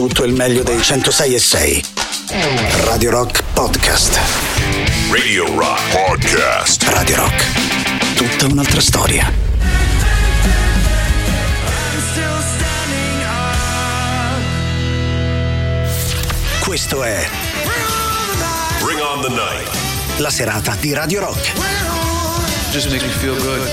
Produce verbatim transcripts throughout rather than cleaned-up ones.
tutto il meglio dei centosei e sei. Radio Rock Podcast. Radio Rock Podcast. Radio Rock. Tutta un'altra storia. Questo è Bring on the night. La serata di Radio Rock. Just makes me feel good.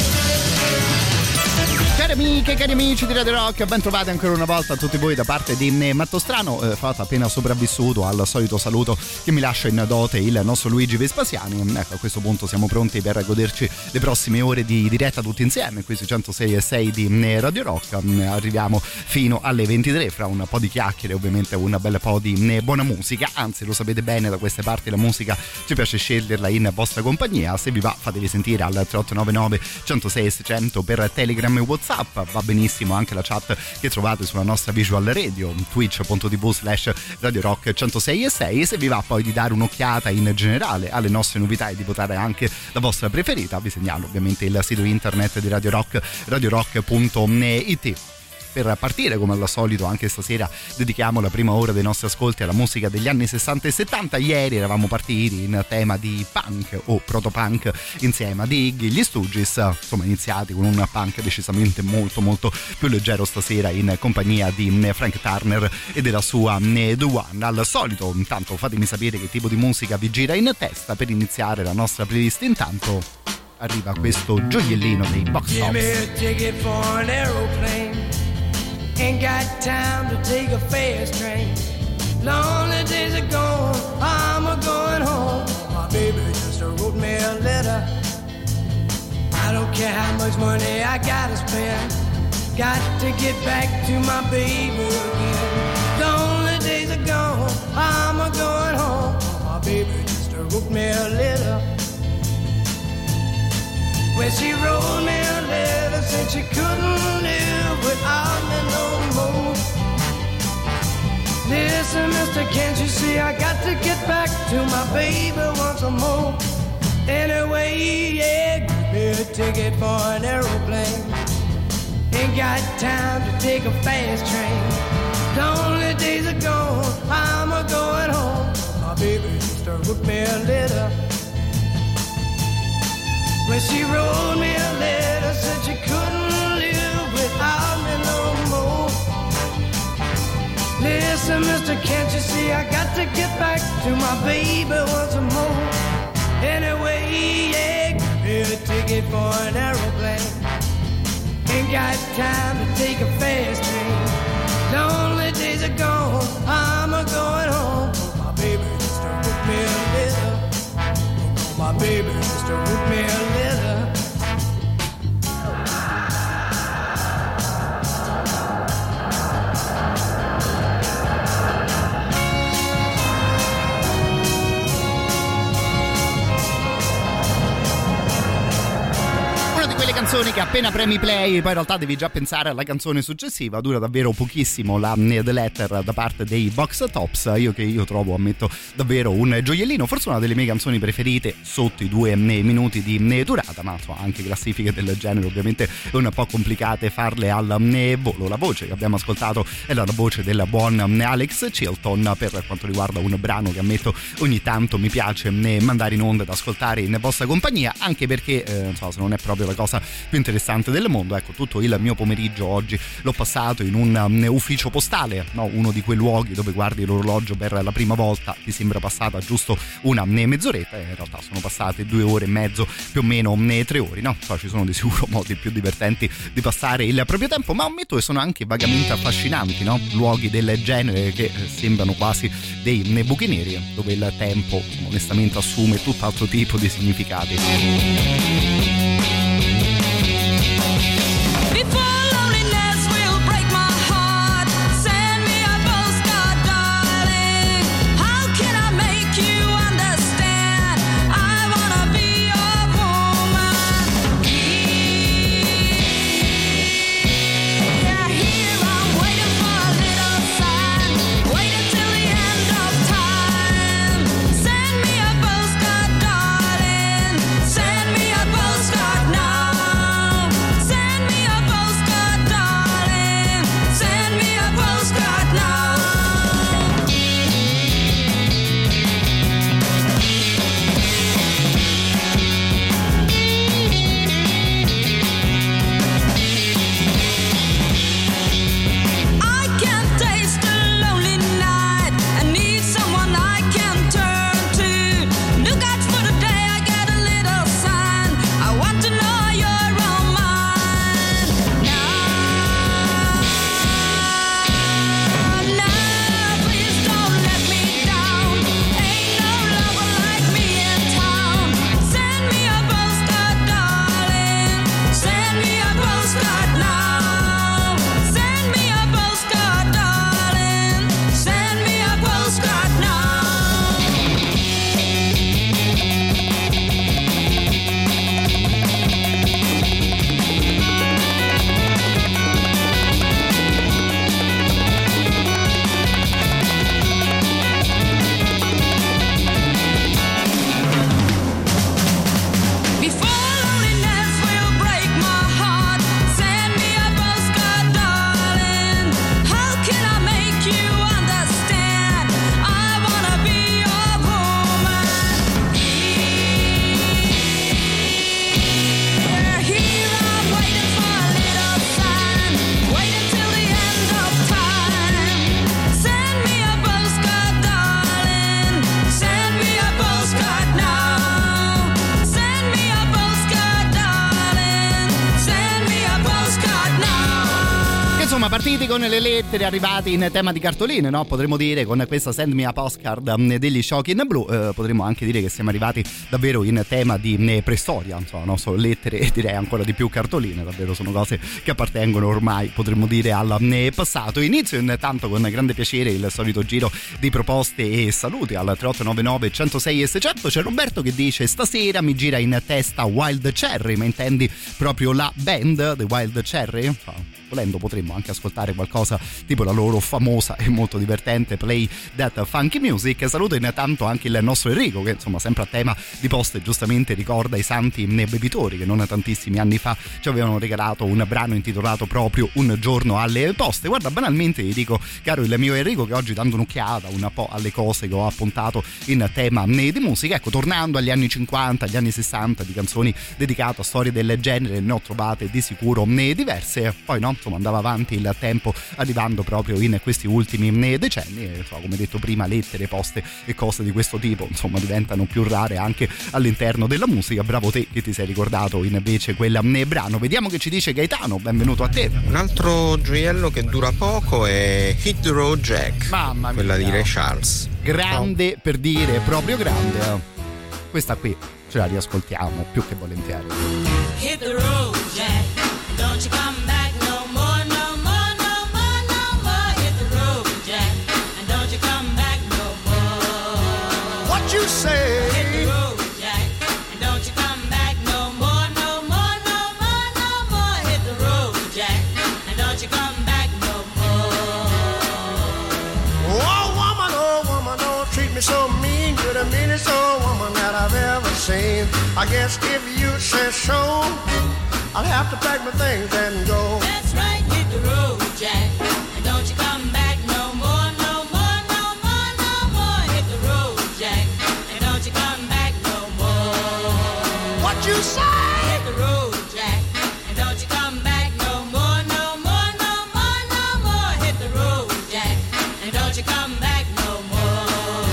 Cari amiche, cari amici di Radio Rock, ben trovati ancora una volta a tutti voi da parte di Mattostrano, eh, fatto appena sopravvissuto al solito saluto che mi lascia in dote il nostro Luigi Vespasiani. Ecco, a questo punto siamo pronti per goderci le prossime ore di diretta tutti insieme qui su centosei e sei di Radio Rock. Arriviamo fino alle ventitré, fra un po' di chiacchiere, ovviamente un bel po' di buona musica. Anzi, lo sapete bene, da queste parti la musica ci piace sceglierla in vostra compagnia. Se vi va, fatevi sentire al tre otto nove nove centosei e seicento per Telegram e WhatsApp. Va benissimo anche la chat che trovate sulla nostra visual radio, twitch.tv slash Radio Rock centosei e sei. E se vi va poi di dare un'occhiata in generale alle nostre novità e di votare anche la vostra preferita, vi segnalo ovviamente il sito internet di Radio Rock, radio rock punto it. Per partire, come al solito, anche stasera dedichiamo la prima ora dei nostri ascolti alla musica degli anni sessanta e settanta. Ieri eravamo partiti in tema di punk o protopunk insieme ad Iggy, gli Stooges, insomma iniziati con un punk decisamente molto molto più leggero stasera in compagnia di Frank Turner e della sua The One. Al solito, intanto fatemi sapere che tipo di musica vi gira in testa per iniziare la nostra playlist. Intanto arriva questo gioiellino dei Box Tops. Ain't got time to take a fast train. Lonely days are gone, I'm a going home. My baby just wrote me a letter. I don't care how much money I gotta spend. Got to get back to my baby again. Lonely days are gone, I'm a going home. My baby just wrote me a letter. When she wrote me a letter, said she couldn't live without me no more. Listen, mister, can't you see I got to get back to my baby once more. Anyway, yeah, give me a ticket for an aeroplane. Ain't got time to take a fast train. Lonely days are gone, I'm a going home. My baby just wrote me a letter. When she wrote me a letter, said she couldn't live without me no more. Listen, mister, can't you see I got to get back to my baby once more. Anyway, yeah, give me a ticket for an aeroplane. Ain't got time to take a fast train. Lonely days are gone, I'm a going home. My baby just wrote me a letter. My baby just wrote me a letter. Quelle canzoni che appena premi play poi in realtà devi già pensare alla canzone successiva. Dura davvero pochissimo la The Letter da parte dei Box Tops. Io che io trovo, ammetto, davvero un gioiellino, forse una delle mie canzoni preferite sotto i due minuti di durata, ma insomma, anche classifiche del genere ovviamente è un po' complicate farle al volo. La voce che abbiamo ascoltato è la voce del buon Alex Chilton per quanto riguarda un brano che ammetto ogni tanto mi piace mandare in onda ad ascoltare in vostra compagnia, anche perché eh, insomma, se non è proprio la cosa più interessante del mondo, ecco, tutto il mio pomeriggio oggi l'ho passato in un um, ufficio postale, no? Uno di quei luoghi dove guardi l'orologio per la prima volta, ti sembra passata giusto una mezz'oretta e in realtà sono passate due ore e mezzo, più o meno tre ore, no? Cioè, ci sono di sicuro modi più divertenti di passare il proprio tempo, ma ammetto che sono anche vagamente affascinanti, no? Luoghi del genere che eh, sembrano quasi dei buchi neri, dove il tempo onestamente assume tutt'altro tipo di significati. Send me a postcard, darling. Send me a postcard. Partiti con le lettere, arrivati in tema di cartoline, no? Potremmo dire con questa Send Me a Postcard degli Shocking Blue, eh, potremmo anche dire che siamo arrivati davvero in tema di eh, preistoria, insomma, no? Sono lettere e direi ancora di più cartoline, davvero sono cose che appartengono ormai, potremmo dire, al eh, passato. Inizio intanto con grande piacere il solito giro di proposte e saluti al tre otto nove nove uno zero sei seicento. C'è Roberto che dice: stasera mi gira in testa Wild Cherry, ma intendi proprio la band The Wild Cherry? Insomma, volendo potremmo anche ascoltare qualcosa tipo la loro famosa e molto divertente Play That Funky Music. Saluto intanto anche il nostro Enrico che insomma sempre a tema di poste giustamente ricorda i santi bevitori che non tantissimi anni fa ci avevano regalato un brano intitolato proprio Un giorno alle poste. Guarda, banalmente gli dico, caro il mio Enrico, che oggi dando un'occhiata un po' alle cose che ho appuntato in tema di musica, ecco, tornando agli anni cinquanta, agli anni sessanta, di canzoni dedicate a storie del genere ne ho trovate di sicuro diverse. Poi no, insomma andava avanti il tempo arrivando proprio in questi ultimi decenni e insomma, come detto prima, lettere, poste e cose di questo tipo insomma diventano più rare anche all'interno della musica. Bravo te che ti sei ricordato invece quel brano. Vediamo che ci dice Gaetano, benvenuto a te. Un altro gioiello che dura poco è Hit the Road Jack, mamma mia, quella di Ray Charles, grande, no? Per dire proprio grande, eh. Questa qui ce la riascoltiamo più che volentieri. Hit the road Jack, don't you come back no more, no more, no more, no more. Hit the road Jack, and don't you come back no more. What you say? Hit the road Jack, and don't you come back no more, no more, no more, no more. Hit the road Jack, and don't you come back no more. Oh woman, oh woman, don't treat me so mean. You're the meanest old woman that I've ever seen. I guess if you say so, I'll have to pack my things and go. That's right, hit the road Jack, and don't you come back no more, no more, no more, no more. Hit the road Jack, and don't you come back no more. What you say? Hit the road Jack, and don't you come back no more, no more, no more, no more. Hit the road Jack, and don't you come back no more.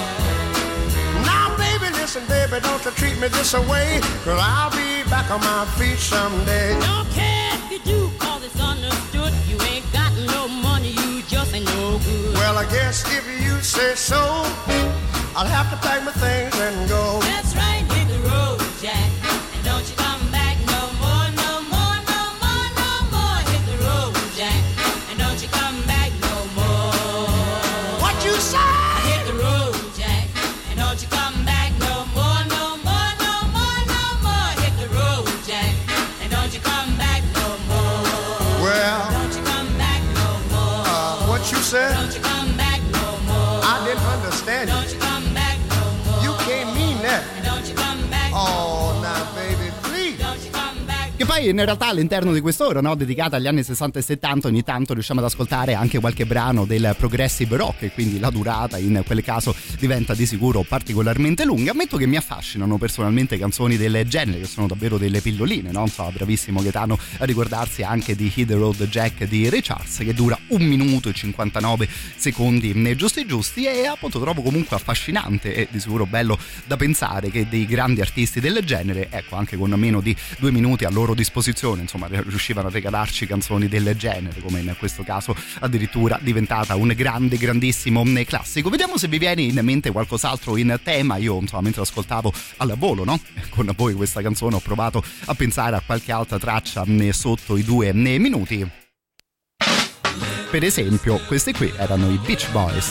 Now baby, listen baby, don't you treat me this away, 'cause I'll be back on my feet someday. Don't care if you do, cause it's understood. You ain't got no money, you just ain't no good. Well, I guess if you say so, I'll have to pack my things and go. That's right, hit the road Jack, and don't you come back no more, no more, no more, no more. Hit the road Jack, and don't you come back no more. What you say? Hit the road Jack, and don't you come back no more, no more, no more, no more. Hit the road Jack, and don't you come back no more. Well, Don't you come back no more. uh, what you said? Don't you come back no more. I didn't understand Don't you. you come back no more. You can't mean that. And don't you come back no Oh, more. now baby, please. Don't you come back. Che poi in realtà all'interno di quest'ora, no, dedicata agli anni sessanta e settanta, ogni tanto riusciamo ad ascoltare anche qualche brano del progressive rock e quindi la durata in quel caso diventa di sicuro particolarmente lunga. Ammetto che mi affascinano personalmente canzoni del genere, che sono davvero delle pilloline, no? So, bravissimo Gaetano a ricordarsi anche di Hit the Road Jack di Ray Charles, che dura un minuto e cinquantanove secondi giusti giusti, e appunto trovo comunque affascinante e di sicuro bello da pensare che dei grandi artisti del genere, ecco, anche con meno di due minuti a loro disposizione, insomma, riuscivano a regalarci canzoni del genere, come in questo caso addirittura diventata un grande, grandissimo classico. Vediamo se vi viene in mente qualcos'altro in tema. Io, insomma, mentre ascoltavo al volo, no, con voi questa canzone, ho provato a pensare a qualche altra traccia sotto i due minuti. Per esempio, questi qui erano i Beach Boys.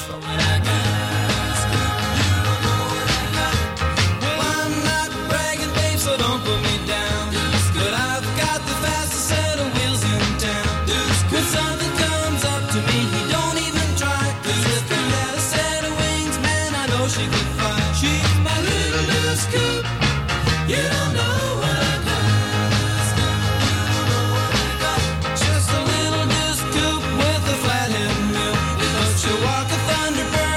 Just a little disc coupe with a flathead wheel. But you walk a Thunderbird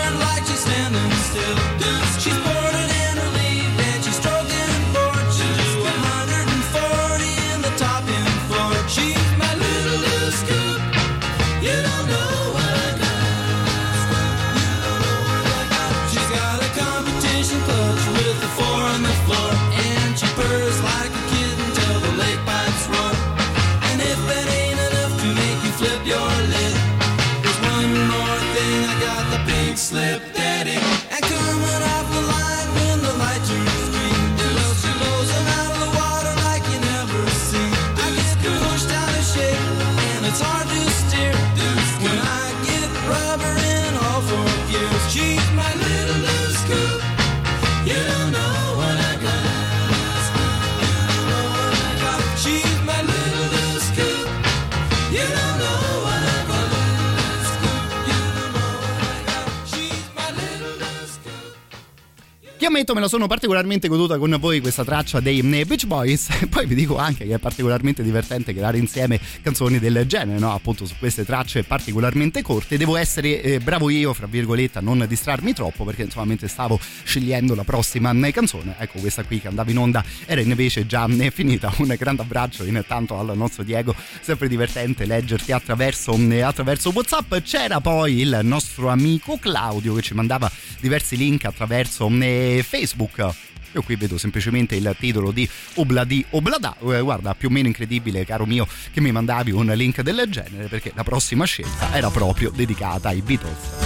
got the pink slip daddy. And coming off the line when the light turns green, well, she blows him out of the water like you never seen. I get pushed out of shape and it's hard to steer when I get rubber in all four gears. She's my little loose scoop. You don't know what I got. You don't know what I got. She's my little loose scoop. You don't know what I got. You don't know what I got. She's my little loose scoop. Che ammetto me la sono particolarmente goduta con voi questa traccia dei Beach Boys. Poi vi dico anche che è particolarmente divertente creare insieme canzoni del genere, no? Appunto su queste tracce particolarmente corte. Devo essere eh, bravo io, fra virgolette, a non distrarmi troppo, perché insomma mentre stavo scegliendo la prossima canzone, ecco questa qui che andava in onda era invece già eh, finita. Un grande abbraccio intanto al nostro Diego, sempre divertente leggerti attraverso, eh, attraverso WhatsApp. C'era poi il nostro amico Claudio che ci mandava diversi link attraverso eh, Facebook. Io qui vedo semplicemente il titolo di Obladi Oblada. Eh, guarda, più o meno incredibile, caro mio, che mi mandavi un link del genere, perché la prossima scelta era proprio dedicata ai Beatles.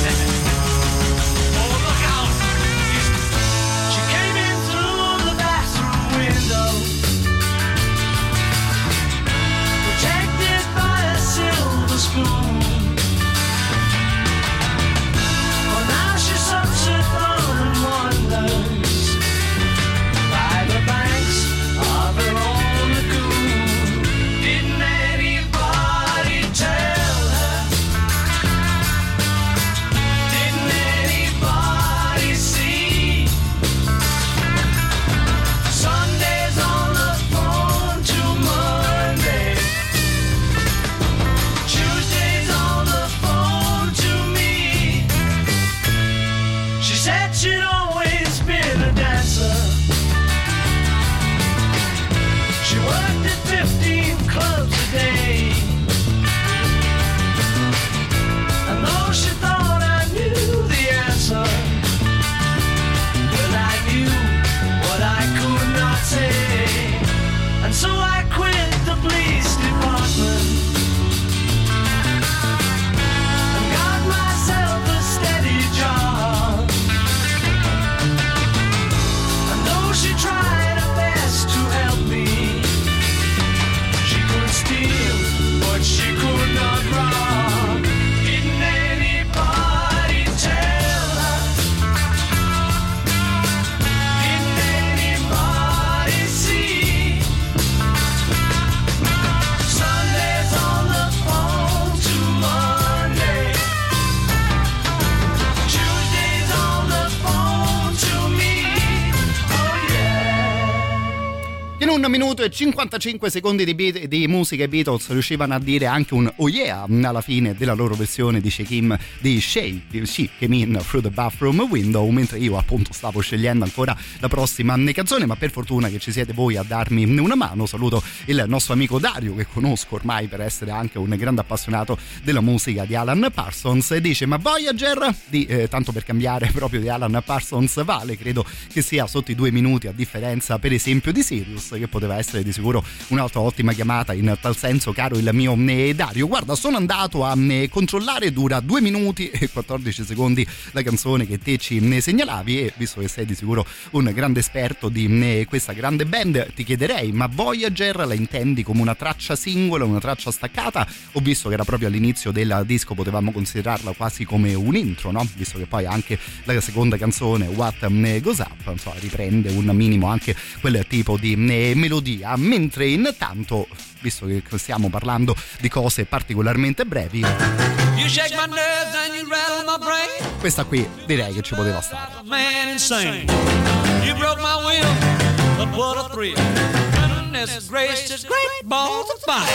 Un minuto e cinquantacinque secondi di, beat, di musica, i Beatles riuscivano a dire anche un oh yeah alla fine della loro versione di Shakim di Shake She Came In Through the Bathroom Window, mentre io appunto stavo scegliendo ancora la prossima canzone, ma per fortuna che ci siete voi a darmi una mano. Saluto il nostro amico Dario, che conosco ormai per essere anche un grande appassionato della musica di Alan Parsons, e dice: ma Voyager di eh, tanto per cambiare proprio di Alan Parsons vale, credo che sia sotto i due minuti, a differenza per esempio di Sirius, che poteva essere di sicuro un'altra ottima chiamata in tal senso, caro il mio eh, Dario. Guarda, sono andato a eh, controllare, dura due minuti e quattordici secondi la canzone che te ci ne segnalavi, e visto che sei di sicuro un grande esperto di eh, questa grande band, ti chiederei: ma Voyager la intendi come una traccia singola, una traccia staccata, o visto che era proprio all'inizio del disco potevamo considerarla quasi come un intro, no? Visto che poi anche la seconda canzone What Goes Up, insomma, riprende un minimo anche quel tipo di eh, melodia. Mentre intanto, visto che stiamo parlando di cose particolarmente brevi, You shake my nerves and you rattle my brain. questa qui direi che ci poteva stare. Man insane. You broke my will, but what a thrill. Goodness gracious, great balls of fire.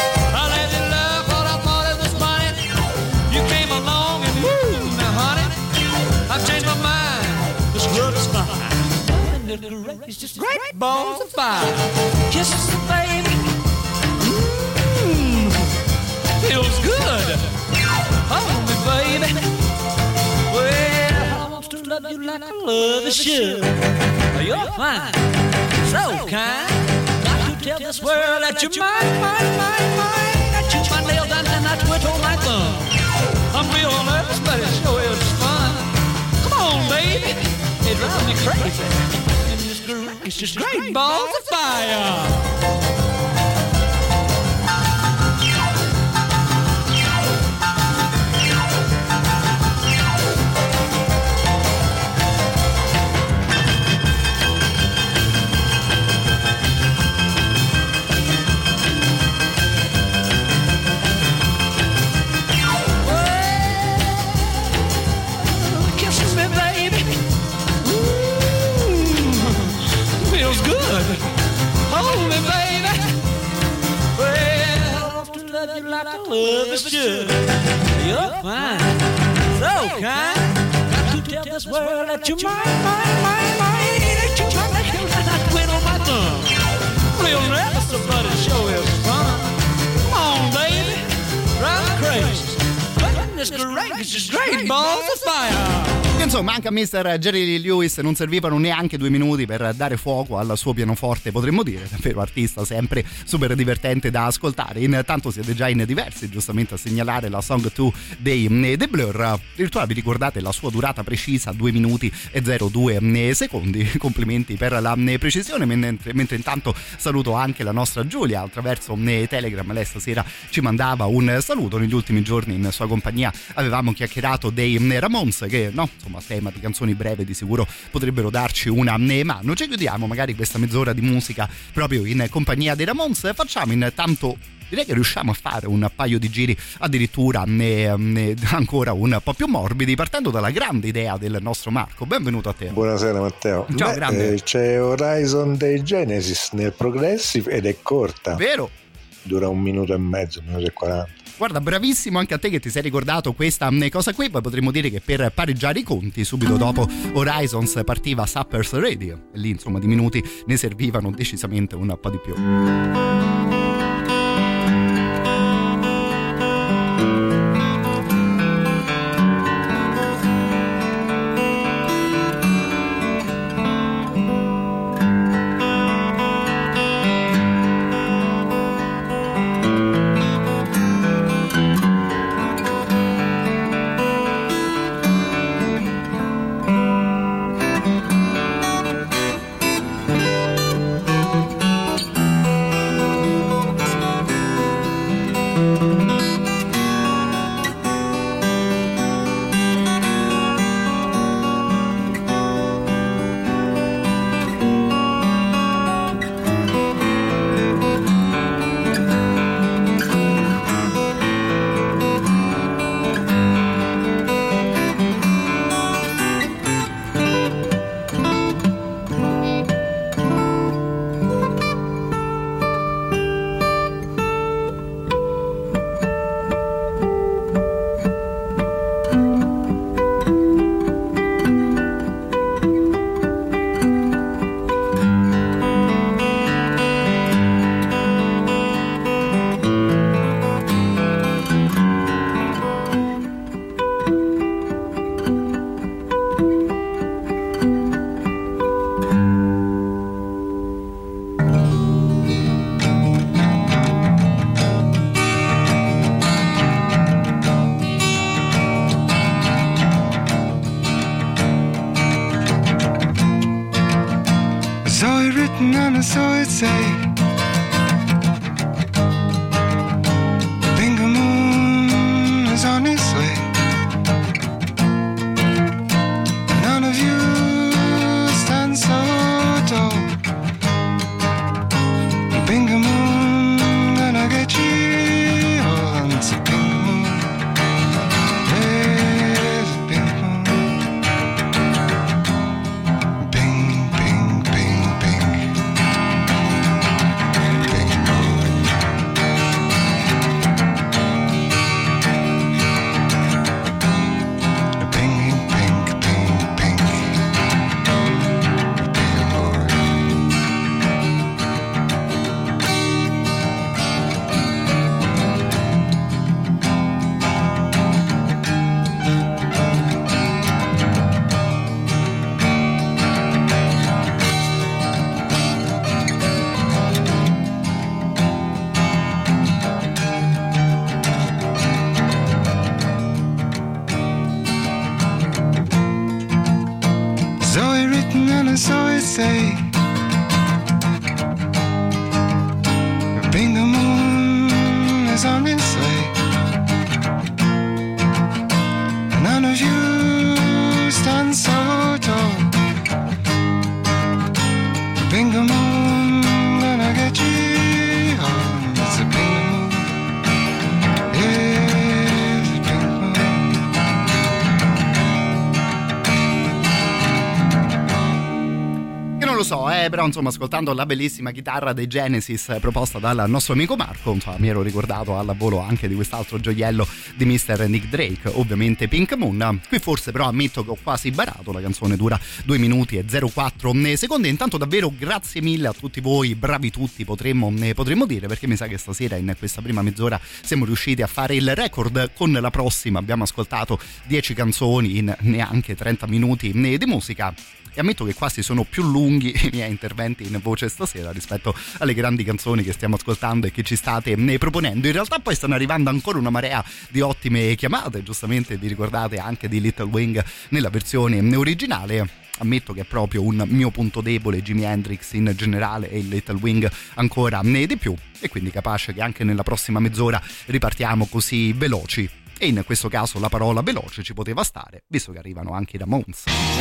I let you love what I thought it was funny. You came along and woo, now honey, I've changed my mind. This love is fine. It's just great balls of fire. Kisses, baby. Mmm, feels good. Hold me, baby. Well, I want to love you like I love you should. You're fine, so kind. Got to tell this world that you're mine, mine, mine, mine. I chew my nails and then I twiddle my thumb. I'm real nervous, but it sure crazy. And this groove is just great balls of fire. Love is good. You're fine, so kind. Got to tell this world that you're mine, mine, mine, mine. That you're mine, that you're mine. I quit on my thumb. Real never somebody show is fun. Come on, baby, drive me crazy. Goodness gracious, great balls of fire. Insomma, anche a mister Jerry Lee Lewis non servivano neanche due minuti per dare fuoco al suo pianoforte, potremmo dire. Davvero artista sempre super divertente da ascoltare. Intanto siete già in diversi giustamente a segnalare la Song due dei The Blur. Addirittura vi ricordate la sua durata precisa, due minuti e zero due secondi. Complimenti per la precisione. Mentre, mentre intanto saluto anche la nostra Giulia attraverso Telegram. Lei stasera ci mandava un saluto. Negli ultimi giorni in sua compagnia avevamo chiacchierato dei Ramones, che no, insomma, a tema di canzoni breve di sicuro potrebbero darci una mano. Ci chiudiamo magari questa mezz'ora di musica proprio in compagnia dei Ramones. Facciamo intanto, direi che riusciamo a fare un paio di giri addirittura ne, ne, ancora un po' più morbidi, partendo dalla grande idea del nostro Marco. Benvenuto a te. Buonasera Matteo. Ciao. Beh, grande. Eh, c'è Horizon dei Genesis nel Progressive ed è corta. Vero? Dura un minuto e mezzo, un minuto e quaranta. Guarda, bravissimo anche a te che ti sei ricordato questa cosa qui. Poi potremmo dire che per pareggiare i conti subito dopo Horizons partiva Supper's Radio e lì insomma di minuti ne servivano decisamente un po' di più. Bing, bing, bing, bing. so we say. Bring the moon is on its way. And none of you stand so tall. Bring the moon, gonna get you home. It's a bring the moon. Yeah, bring the moon. Che non lo so, eh, però insomma ascoltando la bellissima chitarra dei Genesis eh, proposta dal nostro amico Marco, insomma, mi ero ricordato al volo anche di quest'altro gioiello di mister Nick Drake, ovviamente Pink Moon. Qui forse però ammetto che ho quasi barato, la canzone dura due minuti e zero quattro secondi. Intanto davvero grazie mille a tutti voi, bravi tutti potremmo, eh, potremmo dire, perché mi sa che stasera in questa prima mezz'ora siamo riusciti a fare il record. Con la prossima abbiamo ascoltato dieci canzoni in neanche trenta minuti di musica. E ammetto che quasi sono più lunghi i miei interventi in voce stasera rispetto alle grandi canzoni che stiamo ascoltando e che ci state proponendo. In realtà poi stanno arrivando ancora una marea di ottime chiamate, giustamente vi ricordate anche di Little Wing nella versione originale. Ammetto che è proprio un mio punto debole Jimi Hendrix in generale e il Little Wing ancora di più, e quindi capace che anche nella prossima mezz'ora ripartiamo così veloci. E in questo caso la parola veloce ci poteva stare, visto che arrivano anche i Ramones.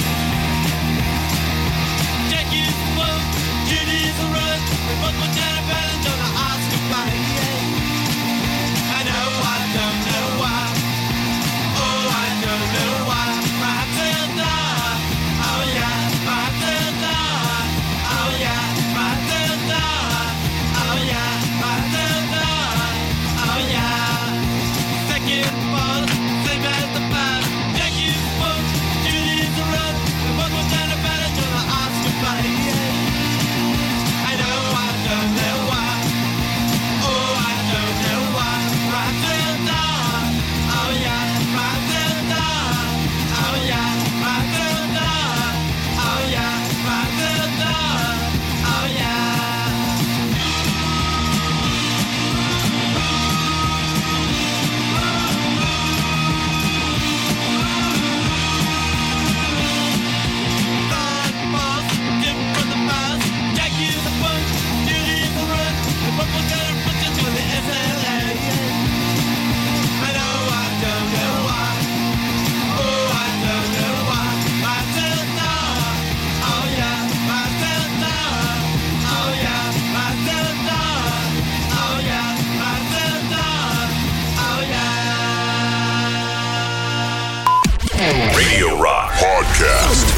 Radio Rock Podcast.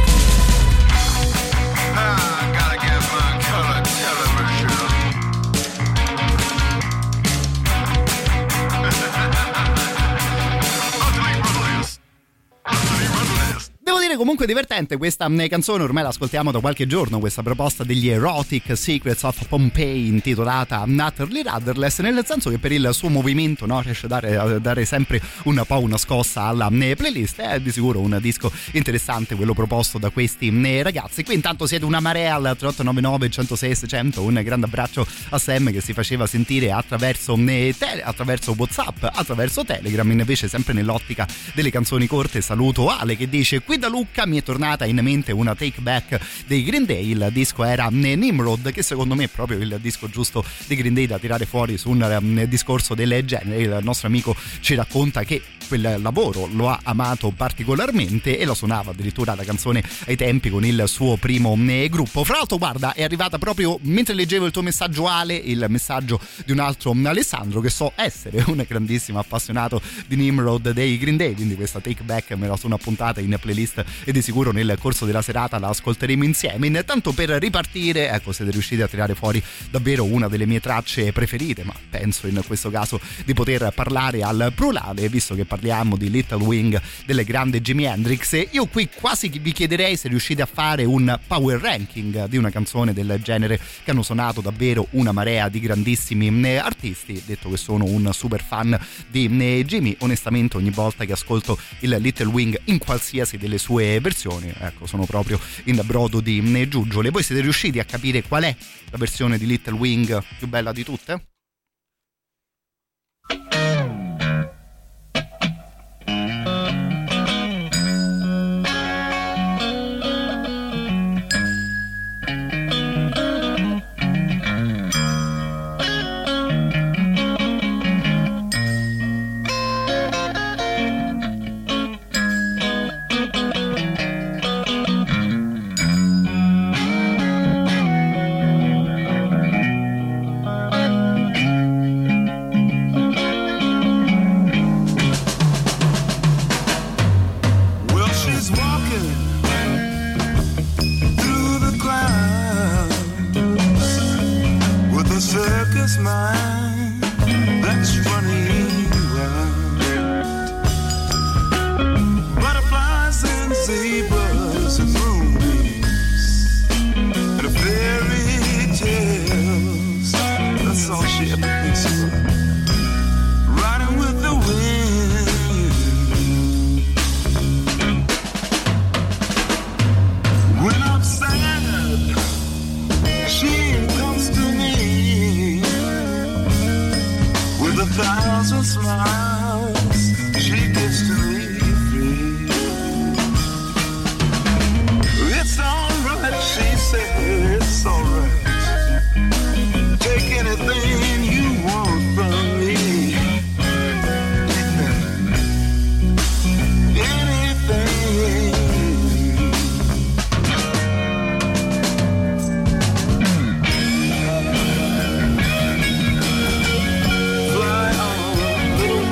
Comunque divertente questa canzone, ormai l'ascoltiamo da qualche giorno, questa proposta degli Erotic Secrets of Pompeii intitolata Utterly Rudderless, nel senso che per il suo movimento, no, riesce a dare, a dare sempre un po' una scossa alla playlist. È di sicuro un disco interessante quello proposto da questi ragazzi. Qui intanto siete una marea al tre otto nove nove uno zero sei sei zero zero. Un grande abbraccio a Sam che si faceva sentire attraverso, tele, attraverso WhatsApp, attraverso Telegram. Invece sempre nell'ottica delle canzoni corte saluto Ale che dice: qui da Luca mi è tornata in mente una take back dei Green Day. Il disco era Nimrod, che secondo me è proprio il disco giusto di Green Day da tirare fuori su un um, discorso del genere. Il nostro amico ci racconta che quel lavoro lo ha amato particolarmente e lo suonava addirittura la canzone ai tempi con il suo primo eh, gruppo. Fra l'altro guarda, è arrivata proprio mentre leggevo il tuo messaggio Ale, il messaggio di un altro um, Alessandro che so essere un grandissimo appassionato di Nimrod dei Green Day, quindi questa take back me la sono appuntata in playlist e di sicuro nel corso della serata la ascolteremo insieme. Intanto per ripartire, ecco, siete riusciti a tirare fuori davvero una delle mie tracce preferite, ma penso in questo caso di poter parlare al plurale, visto che parliamo di Little Wing delle grandi Jimi Hendrix. Io qui quasi vi chiederei se riuscite a fare un power ranking di una canzone del genere, che hanno suonato davvero una marea di grandissimi artisti. Detto che sono un super fan di Jimi, onestamente ogni volta che ascolto il Little Wing in qualsiasi delle sue versioni, ecco, sono proprio in brodo di giuggiole. Voi siete riusciti a capire qual è la versione di Little Wing più bella di tutte? walking through the clouds with a circus mind that's running wild. Butterflies and zebras and moonbeams and fairy tales. That's all she ever thinks about. Riding with the wind. When I'm sad, she comes to me with a thousand smiles. She gives to me free. It's alright, she said, it's alright. Take anything you want from me. Anything. Fly on a little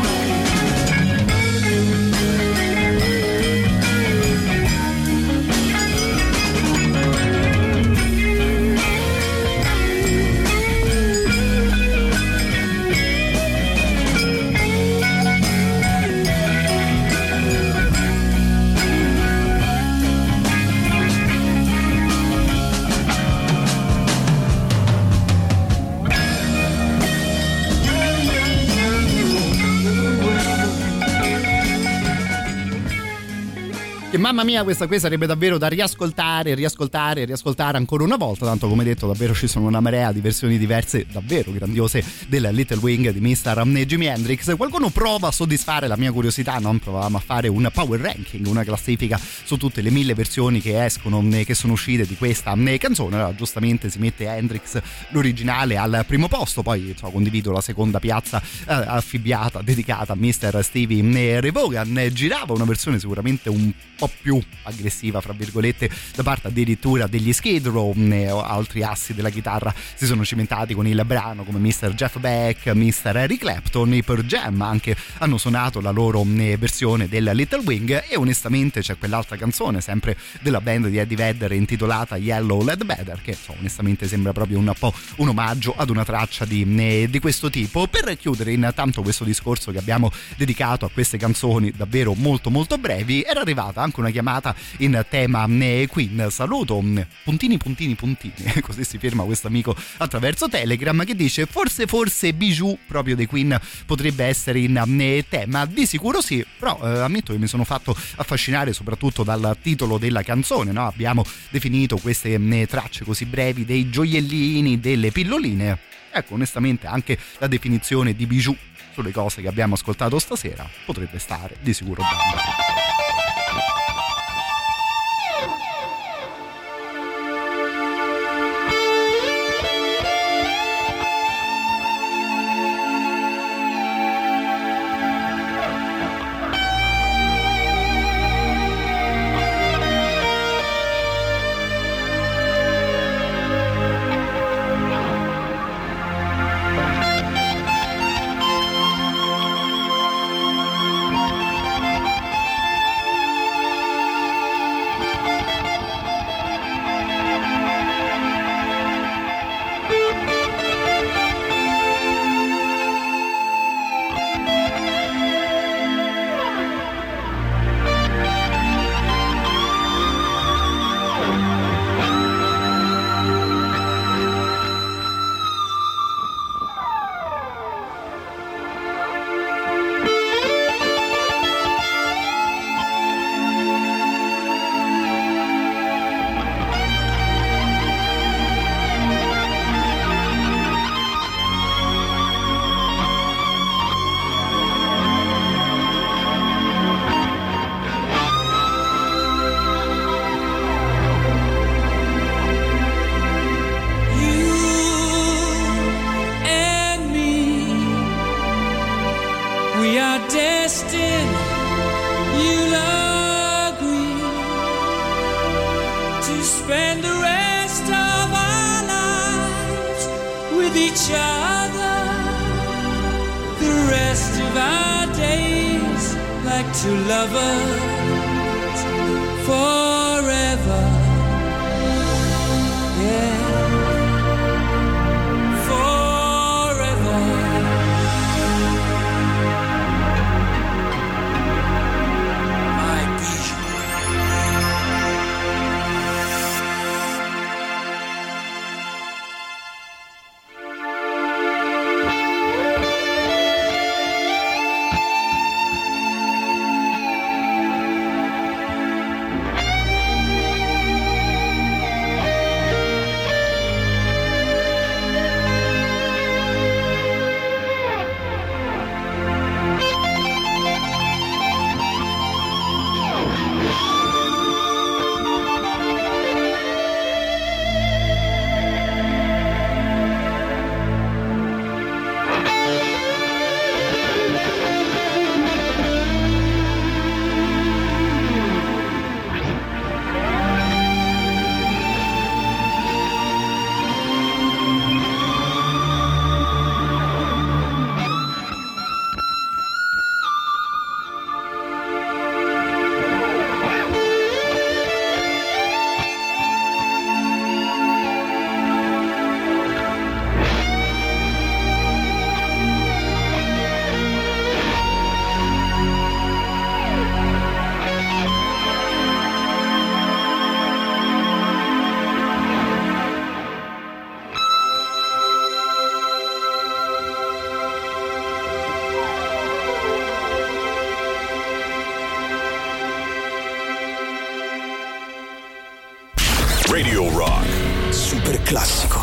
Che mamma mia, questa qui sarebbe davvero da riascoltare, riascoltare, riascoltare ancora una volta. Tanto, come detto, davvero ci sono una marea di versioni diverse davvero grandiose del Little Wing di mister Jimi Hendrix. Qualcuno prova a soddisfare la mia curiosità, no? Provavamo a fare un power ranking, una classifica su tutte le mille versioni che escono, che sono uscite di questa canzone. Allora, giustamente si mette Hendrix, l'originale, al primo posto. Poi insomma, condivido la seconda piazza eh, affibbiata, dedicata a mister Stevie Ray Vaughan. Girava una versione sicuramente un po' più aggressiva, fra virgolette, da parte addirittura degli Skid Row. Altri assi della chitarra si sono cimentati con il brano, come mister Jeff Beck, mister Eric Clapton. I Pearl Jam anche hanno suonato la loro versione del Little Wing, e onestamente c'è quell'altra canzone sempre della band di Eddie Vedder intitolata Yellow Ledbetter, che so, onestamente sembra proprio un po' un omaggio ad una traccia di, di questo tipo. Per chiudere intanto questo discorso che abbiamo dedicato a queste canzoni davvero molto molto brevi, era arrivata anche una chiamata in tema Queen. Saluto puntini puntini puntini, così si firma questo amico attraverso Telegram, che dice: forse forse Bijou proprio dei Queen potrebbe essere in tema. Di sicuro sì, però eh, ammetto che mi sono fatto affascinare soprattutto dal titolo della canzone, no? Abbiamo definito queste eh, tracce così brevi dei gioiellini, delle pilloline. Ecco, onestamente anche la definizione di Bijou sulle cose che abbiamo ascoltato stasera potrebbe stare di sicuro bene. forever. Yeah, forever. My vision. Radio Rock. Super classico.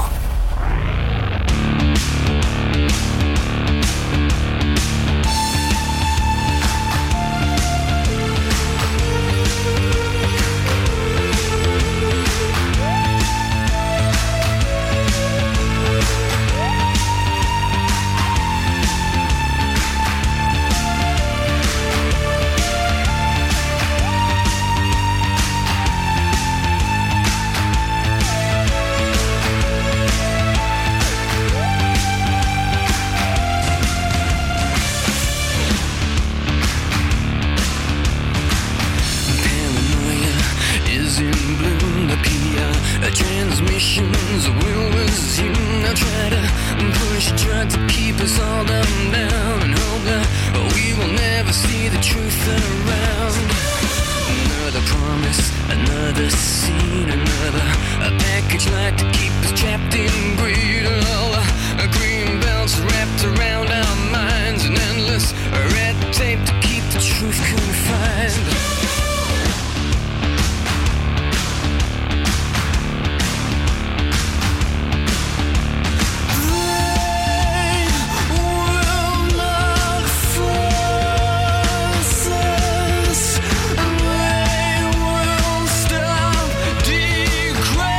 Transmissions will resume. I try to push, try to keep us all down, down, and hope that we will never see the truth around. Another promise, another scene, another a package like to keep us trapped in greed. All the green belts wrapped around our minds, and endless red tape to keep the truth confined.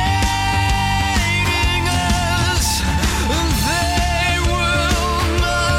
They will not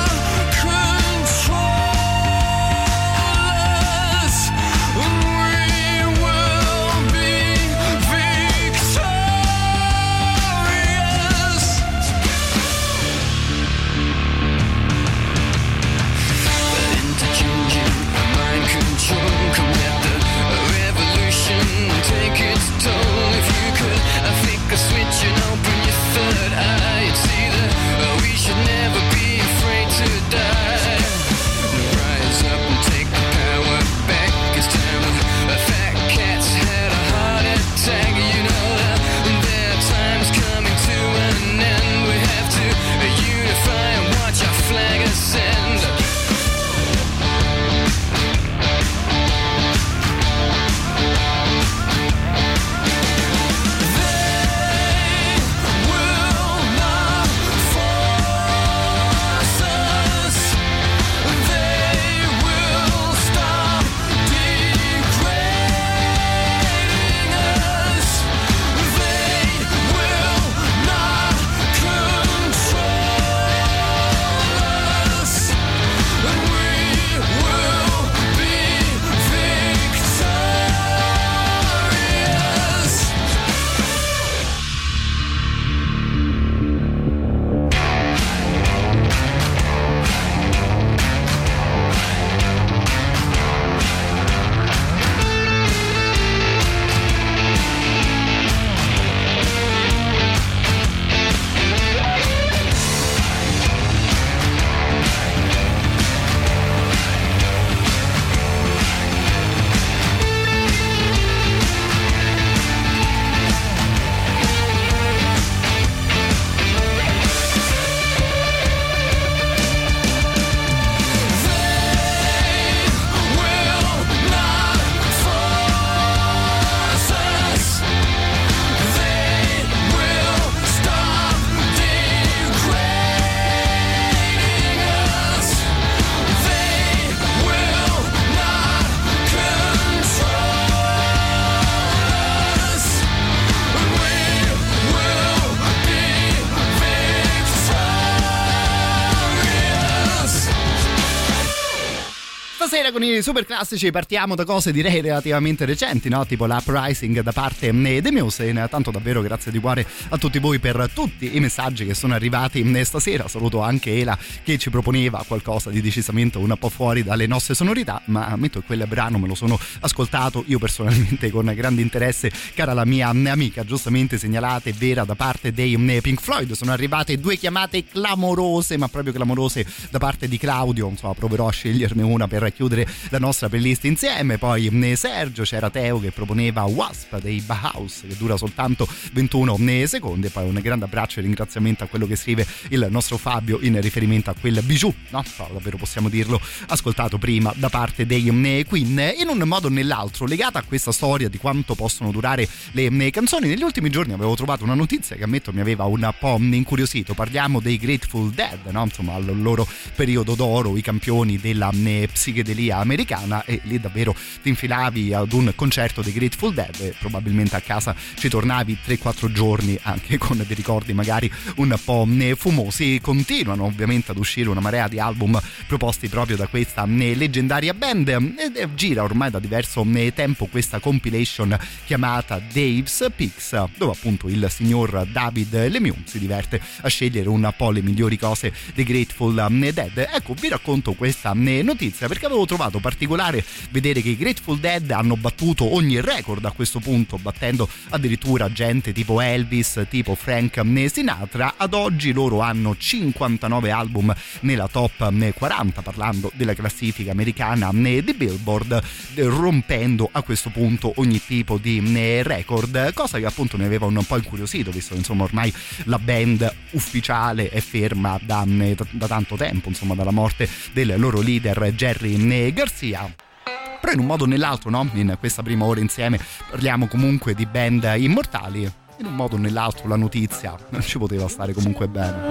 Stasera con i super classici partiamo da cose direi relativamente recenti, no? Tipo l'Uprising da parte dei Muse. Tanto davvero grazie di cuore a tutti voi per tutti i messaggi che sono arrivati stasera. Saluto anche Ela che ci proponeva qualcosa di decisamente un po' fuori dalle nostre sonorità, ma ammetto che quel brano me lo sono ascoltato io personalmente con grande interesse, cara la mia amica giustamente segnalate vera da parte dei Pink Floyd. Sono arrivate due chiamate clamorose, ma proprio clamorose da parte di Claudio, insomma proverò a sceglierne una per chiudere la nostra playlist insieme. Poi Sergio, c'era Teo che proponeva Wasp dei Bauhaus che dura soltanto ventuno secondi, e poi un grande abbraccio e ringraziamento a quello che scrive il nostro Fabio in riferimento a quel bijou, no? Davvero possiamo dirlo, ascoltato prima da parte dei Queen. In un modo o nell'altro legata a questa storia di quanto possono durare le canzoni, negli ultimi giorni avevo trovato una notizia che ammetto mi aveva un po' incuriosito. Parliamo dei Grateful Dead, no? Insomma al loro periodo d'oro, i campioni della psichedelia americana, e lì davvero ti infilavi ad un concerto dei Grateful Dead e probabilmente a casa ci tornavi tre quattro giorni anche con dei ricordi magari un po' fumosi. Continuano ovviamente ad uscire una marea di album proposti proprio da questa leggendaria band e gira ormai da diverso tempo questa compilation chiamata Dave's Picks, dove appunto il signor David Lemieux si diverte a scegliere un po' le migliori cose dei Grateful Dead. Ecco, vi racconto questa notizia perché avevo trovato particolare vedere che i Grateful Dead hanno battuto ogni record a questo punto, battendo addirittura gente tipo Elvis, tipo Frank Sinatra. Ad oggi loro hanno cinquantanove album nella top quaranta, parlando della classifica americana di Billboard, rompendo a questo punto ogni tipo di record, cosa che appunto mi aveva un po' incuriosito, visto che insomma ormai la band ufficiale è ferma da, da tanto tempo, insomma dalla morte del loro leader Jerry Garcia. Però in un modo o nell'altro, no? In questa prima ora insieme parliamo comunque di band immortali. In un modo o nell'altro la notizia non ci poteva stare comunque bene.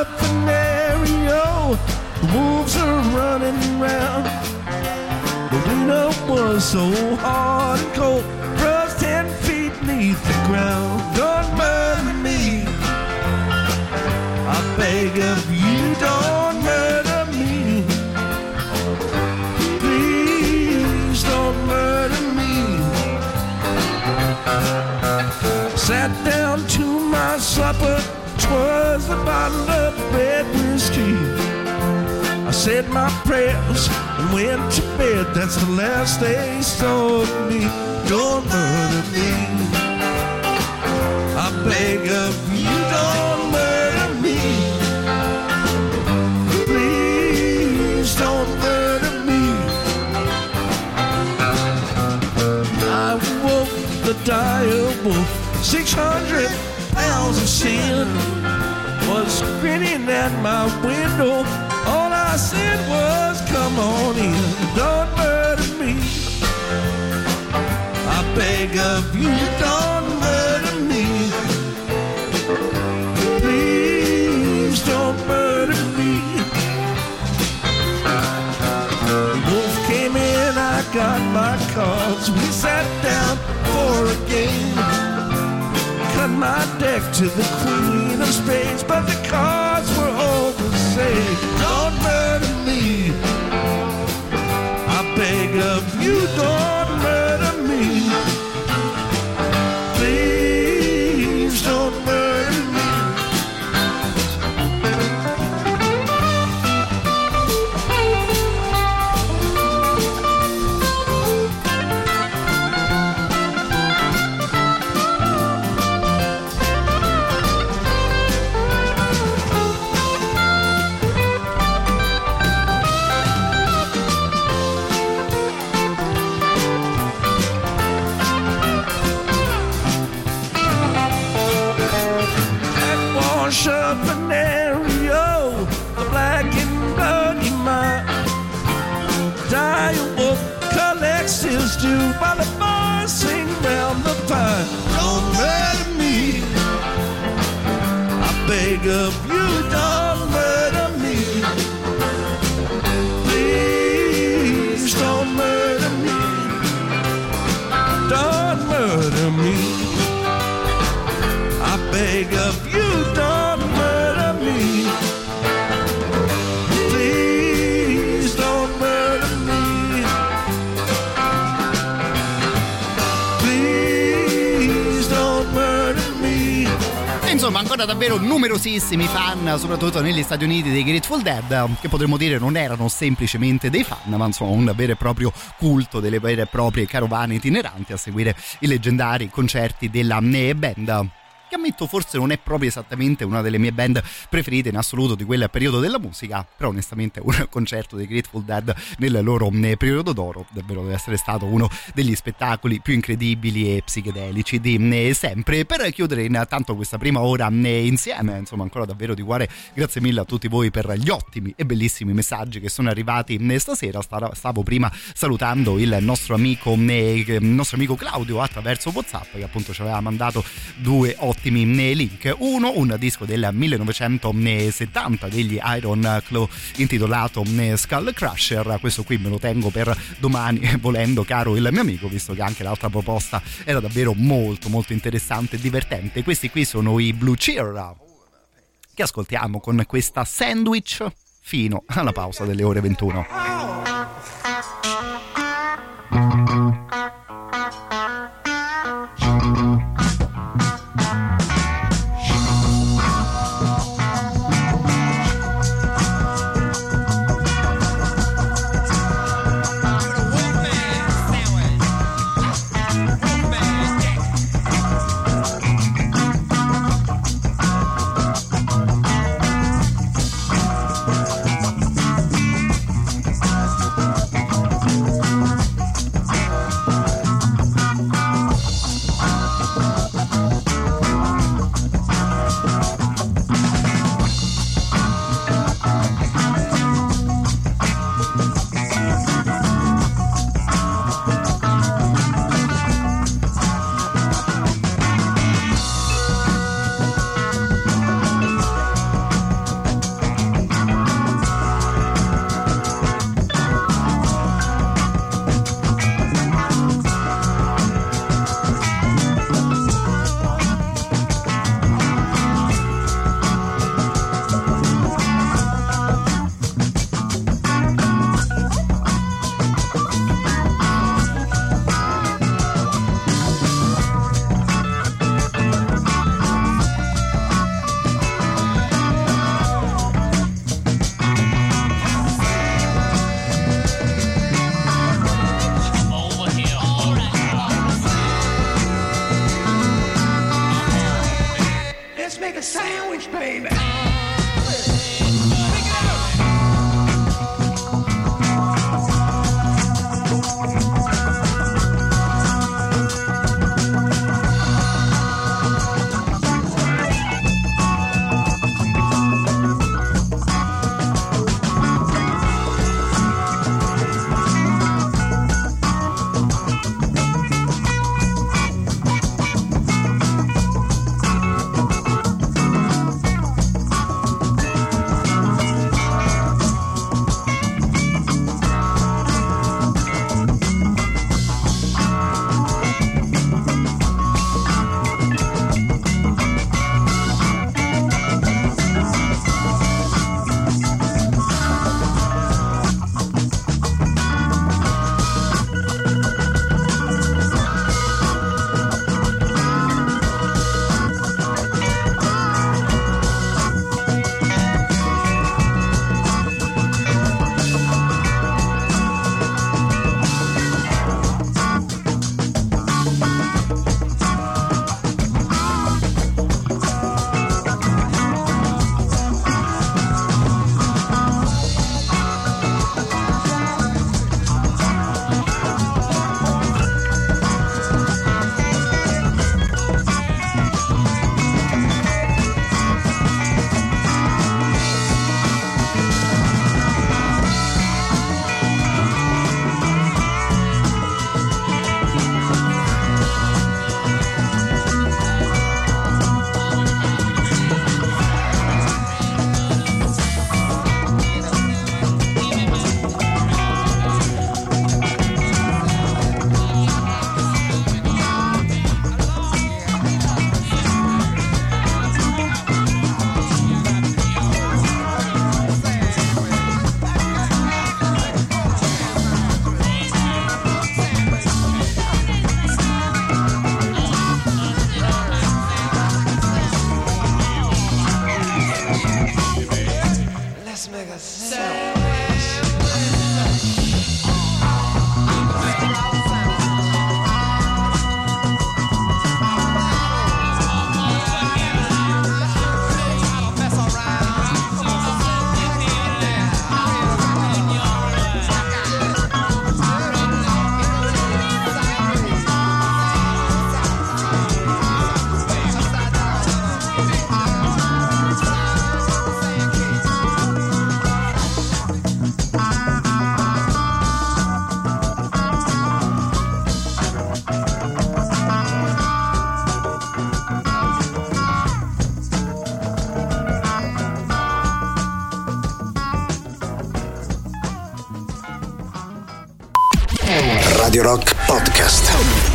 I beg of you, don't murder me. Please don't murder me. Sat down to my supper, 'twas a bottle of red whiskey. I said my prayers and went to bed, that's the last they saw of me. Don't murder me. I beg of you, don't murder me. Please don't murder me. I woke the dire wolf, six hundred pounds of sin, was grinning at my window. All I said was, come on in, don't murder me. I beg of you, don't murder me. Please don't murder me. The wolf came in, I got my cards. We sat down for a game. Cut my deck to the queen of spades, but the cards were all the same. Don't murder me. I beg of you, don't murder me. Please don't murder me. Entrepreneur, the black and bloody mine. Dire wolf collects his due while the boys sing round the pine. Don't murder me. I beg of you, don't murder me. Please don't murder me. Don't murder me. I beg of you, don't murder me. Please don't murder me. insomma ancora davvero numerosissimi fan, soprattutto negli Stati Uniti, dei Grateful Dead, che potremmo dire non erano semplicemente dei fan, ma insomma un vero e proprio culto, delle vere e proprie carovane itineranti a seguire i leggendari concerti della band, che ammetto forse non è proprio esattamente una delle mie band preferite in assoluto di quel periodo della musica, però onestamente un concerto dei Grateful Dead nel loro periodo d'oro davvero deve essere stato uno degli spettacoli più incredibili e psichedelici di sempre. Per chiudere intanto questa prima ora insieme, insomma ancora davvero di cuore grazie mille a tutti voi per gli ottimi e bellissimi messaggi che sono arrivati stasera. Stavo prima salutando il nostro amico il nostro amico Claudio attraverso WhatsApp, che appunto ci aveva mandato due ottimi link. Uno, un disco del millenovecentosettanta degli Iron Claw intitolato Skull Crusher. Questo qui me lo tengo per domani volendo, caro il mio amico, visto che anche l'altra proposta era davvero molto molto interessante e divertente. Questi qui sono i Blue Cheer, che ascoltiamo con questa Sandwich fino alla pausa delle ore ventuno. Radio Rock Podcast.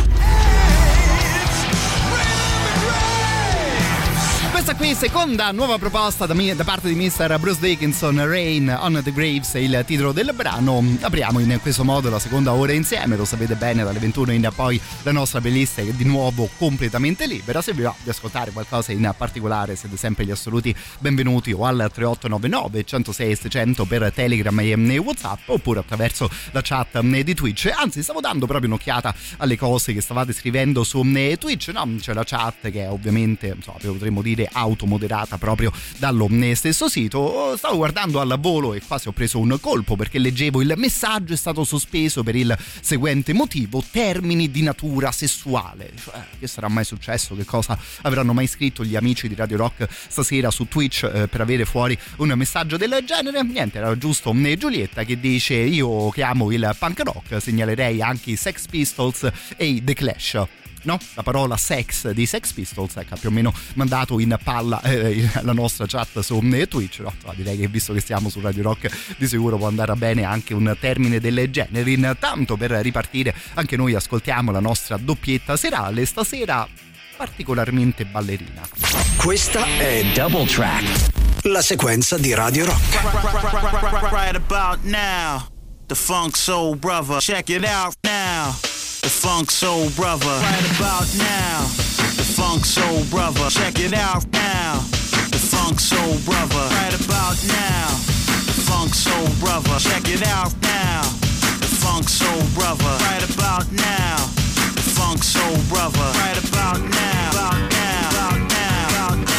Questa qui, seconda nuova proposta da, mi, da parte di mister Bruce Dickinson, Rain on the Graves è il titolo del brano. Apriamo in questo modo la seconda ora insieme, lo sapete bene, dalle ventuno in poi la nostra playlist è di nuovo completamente libera. Se vi va di ascoltare qualcosa in particolare siete sempre gli assoluti benvenuti o al tre otto nove nove, centosei seicento per Telegram e WhatsApp, oppure attraverso la chat di Twitch. Anzi, stavo dando proprio un'occhiata alle cose che stavate scrivendo su Twitch, no? C'è la chat che è ovviamente, insomma, potremmo dire automoderata proprio dallo stesso sito. Stavo guardando al volo e quasi ho preso un colpo perché leggevo: il messaggio è stato sospeso per il seguente motivo: termini di natura sessuale. Cioè, che sarà mai successo? Che cosa avranno mai scritto gli amici di Radio Rock stasera su Twitch eh, per avere fuori un messaggio del genere? Niente, era giusto Giulietta che dice: io che amo il punk rock segnalerei anche i Sex Pistols e i The Clash. No, la parola sex dei Sex Pistols ecco, ha più o meno mandato in palla eh, la nostra chat su eh, Twitch. No, direi che visto che stiamo su Radio Rock di sicuro può andare bene anche un termine del genere. Intanto, per ripartire anche noi ascoltiamo la nostra doppietta serale, stasera particolarmente ballerina. Questa è Double Track, la sequenza di Radio Rock. Right about now, the Funk Soul Brother, check it out now. The Funk Soul Brother, right about now. The Funk Soul Brother, check it out now. The Funk Soul Brother, right about now. The Funk Soul Brother, check it out now. The Funk Soul Brother, right about now. The Funk Soul Brother, right about now. About now, about now, about now.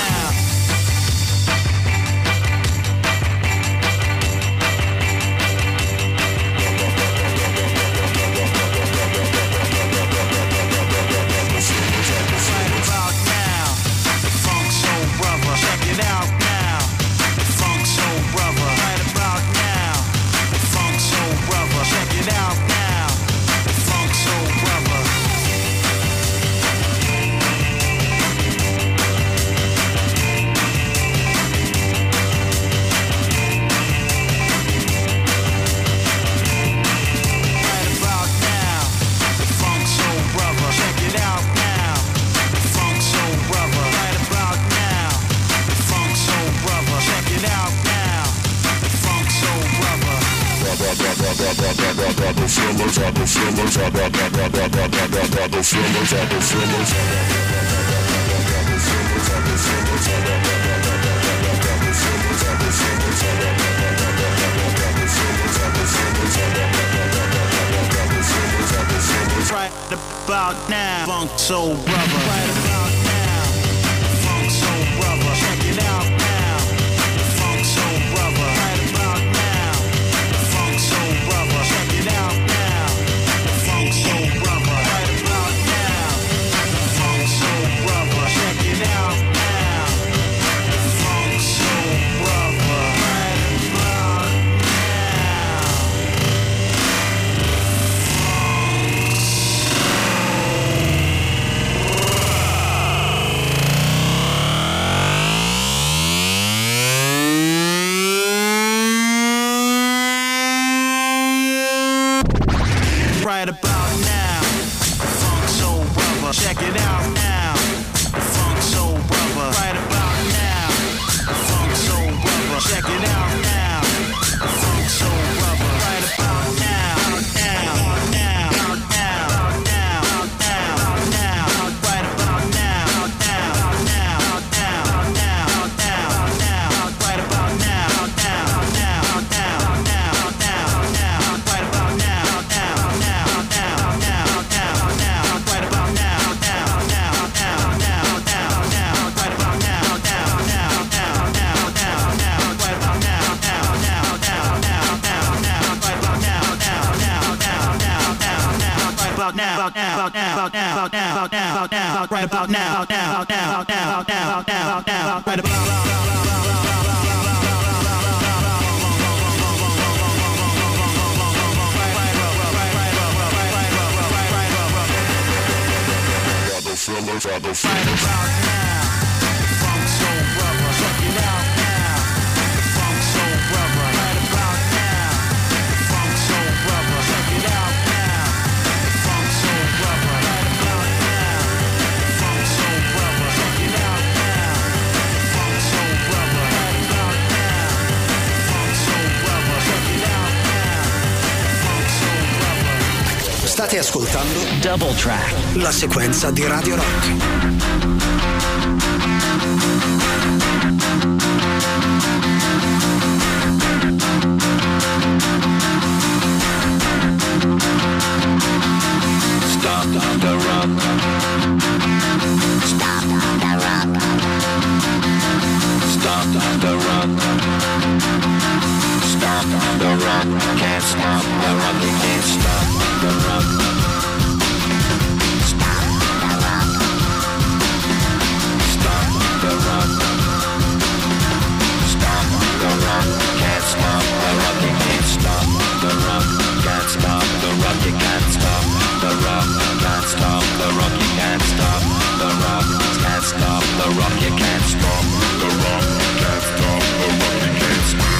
Right about now, Funk Soul Brother. Right about now, Funk Soul Brother. Check it out now, Funk Soul Brother. Right about now, Funk Soul Brother. Check it out now, Funk Soul Brother. Right about now, Funk Soul Brother. Check it out now, Funk Soul Brother. Right about now. Right about now, Funk Soul Brother. Check it out now, Funk Soul Brother. Right about now, Funk Soul Brother. Check it out now, Funk Soul Brother. Right about now, now, now, now, now, now, now. Right about now, now, now, now, now, now, now. Right about now, now, now, now, now, now, now. Right about now, now, now, now, now, now, now. Right about now, now, now, now, now, now, now. Right about now, now, now, now, now, now, now. Right about now, now, now, now, now, now, now. Right about now, now, now, now, now, now, now. Right about now, now, now, now, now, now, now. Right about now, now, now, now, now, now, now. Right about Right about now, Funk Soul Brother. Check it out now, Funk Soul Brother. Right about now, Funk Soul Brother. Check it out now, State ascoltando Double Track, la sequenza di Radio Rock. Stop the rock. Stop the rock. Stop the rock. Stop the rock. Can't stop the rock. You can't stop the rock. Stop the rock. Stop the rock. Stop the rock. Can't stop the rock. You can't stop the rock. Can't stop the rock. You can't stop the rock. Can't stop the rock. You can't stop the rock. Can't stop the rock. You can't stop the rock. Can't stop the rock. You can't stop.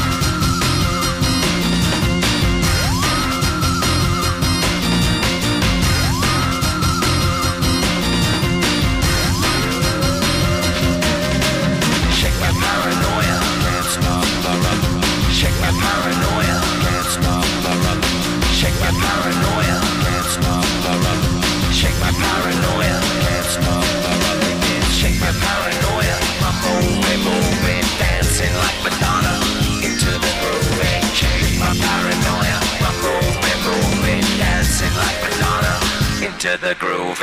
Shake my paranoia. Can't stop the rock. Shake my paranoia. Can't stop the rock. Shake my paranoia. Can't stop the rock. Shake my paranoia. Can't stop the rock. Shake my paranoia. I'm moving, moving, dancing like Madonna into the groove. Shake my paranoia. I'm moving, moving, dancing like Madonna into the groove.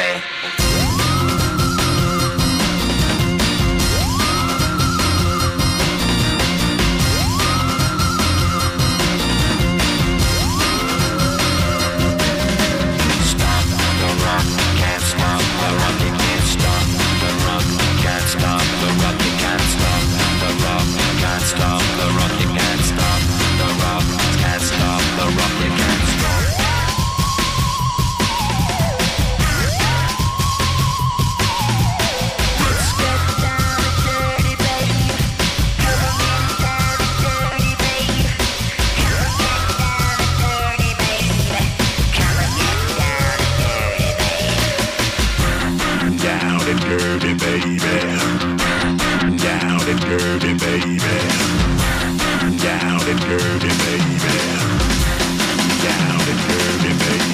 dirty, baby. Down and dirty, baby. Down and dirty, baby. Down and dirty, baby.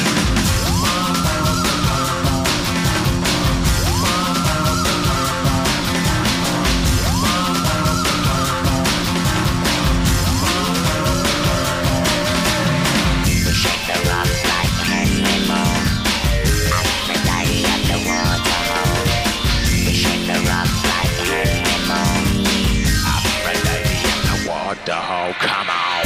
The whole, come on.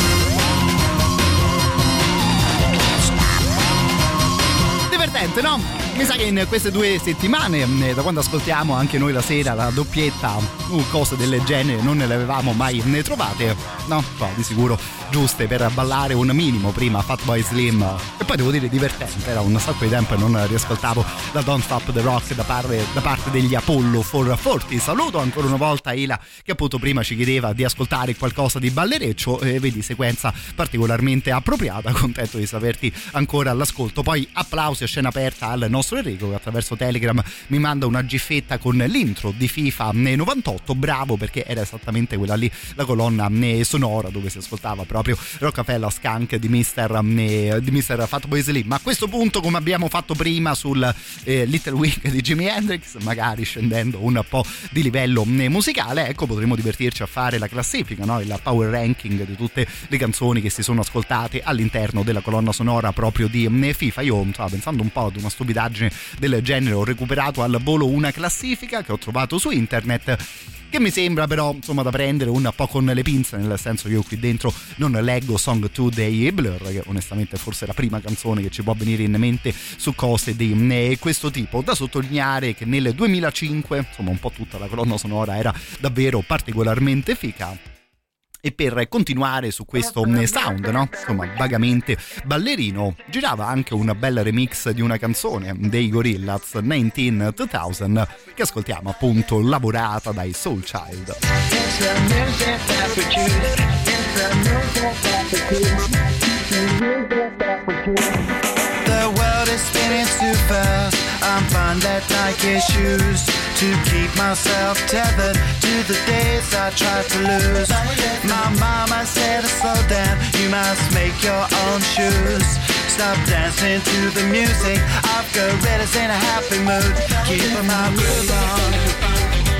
Divertente, no? Mi sa che in queste due settimane, da quando ascoltiamo anche noi la sera la doppietta, uh, cose del genere non ne le avevamo mai ne trovate, no? No, di sicuro giuste per ballare un minimo prima Fatboy Slim, e poi devo dire divertente, era un sacco di tempo e non riascoltavo la Don't Stop the Rock da parte, da parte degli Apollo quattrocentoquaranta. Saluto ancora una volta Ila, che appunto prima ci chiedeva di ascoltare qualcosa di ballereccio, e vedi, sequenza particolarmente appropriata, contento di saperti ancora all'ascolto. Poi applausi a scena aperta al nostro Enrico, che attraverso Telegram mi manda una gifetta con l'intro di FIFA novantotto, bravo, perché era esattamente quella lì la colonna sonora dove si ascoltava proprio Rockefeller Skunk di mister di mister Fatboy Slim. Ma a questo punto, come abbiamo fatto prima sul eh, Little Wing di Jimi Hendrix, magari scendendo un po' di livello musicale, ecco, potremo divertirci a fare la classifica, no? Il power ranking di tutte le canzoni che si sono ascoltate all'interno della colonna sonora proprio di FIFA. Io stavo pensando un po' ad una stupidaggine del genere, ho recuperato al volo una classifica che ho trovato su internet, che mi sembra però insomma da prendere un po' con le pinze, nel senso che io qui dentro non leggo Song two dei Blur, che onestamente forse è la prima canzone che ci può venire in mente su cose di questo tipo. Da sottolineare che nel duemilacinque insomma un po' tutta la colonna sonora era davvero particolarmente figa. E per continuare su questo sound, no? Insomma, vagamente ballerino, girava anche un bel remix di una canzone dei Gorillaz, nineteen two thousand, che ascoltiamo appunto, lavorata dai Soul Child. The world is spinning too fast. I'm fine that Nike shoes to keep myself tethered to the days I tried to lose. My mama said, slow down, you must make your own shoes. stop dancing to the music of gorillas in a happy mood. Keep my groove on.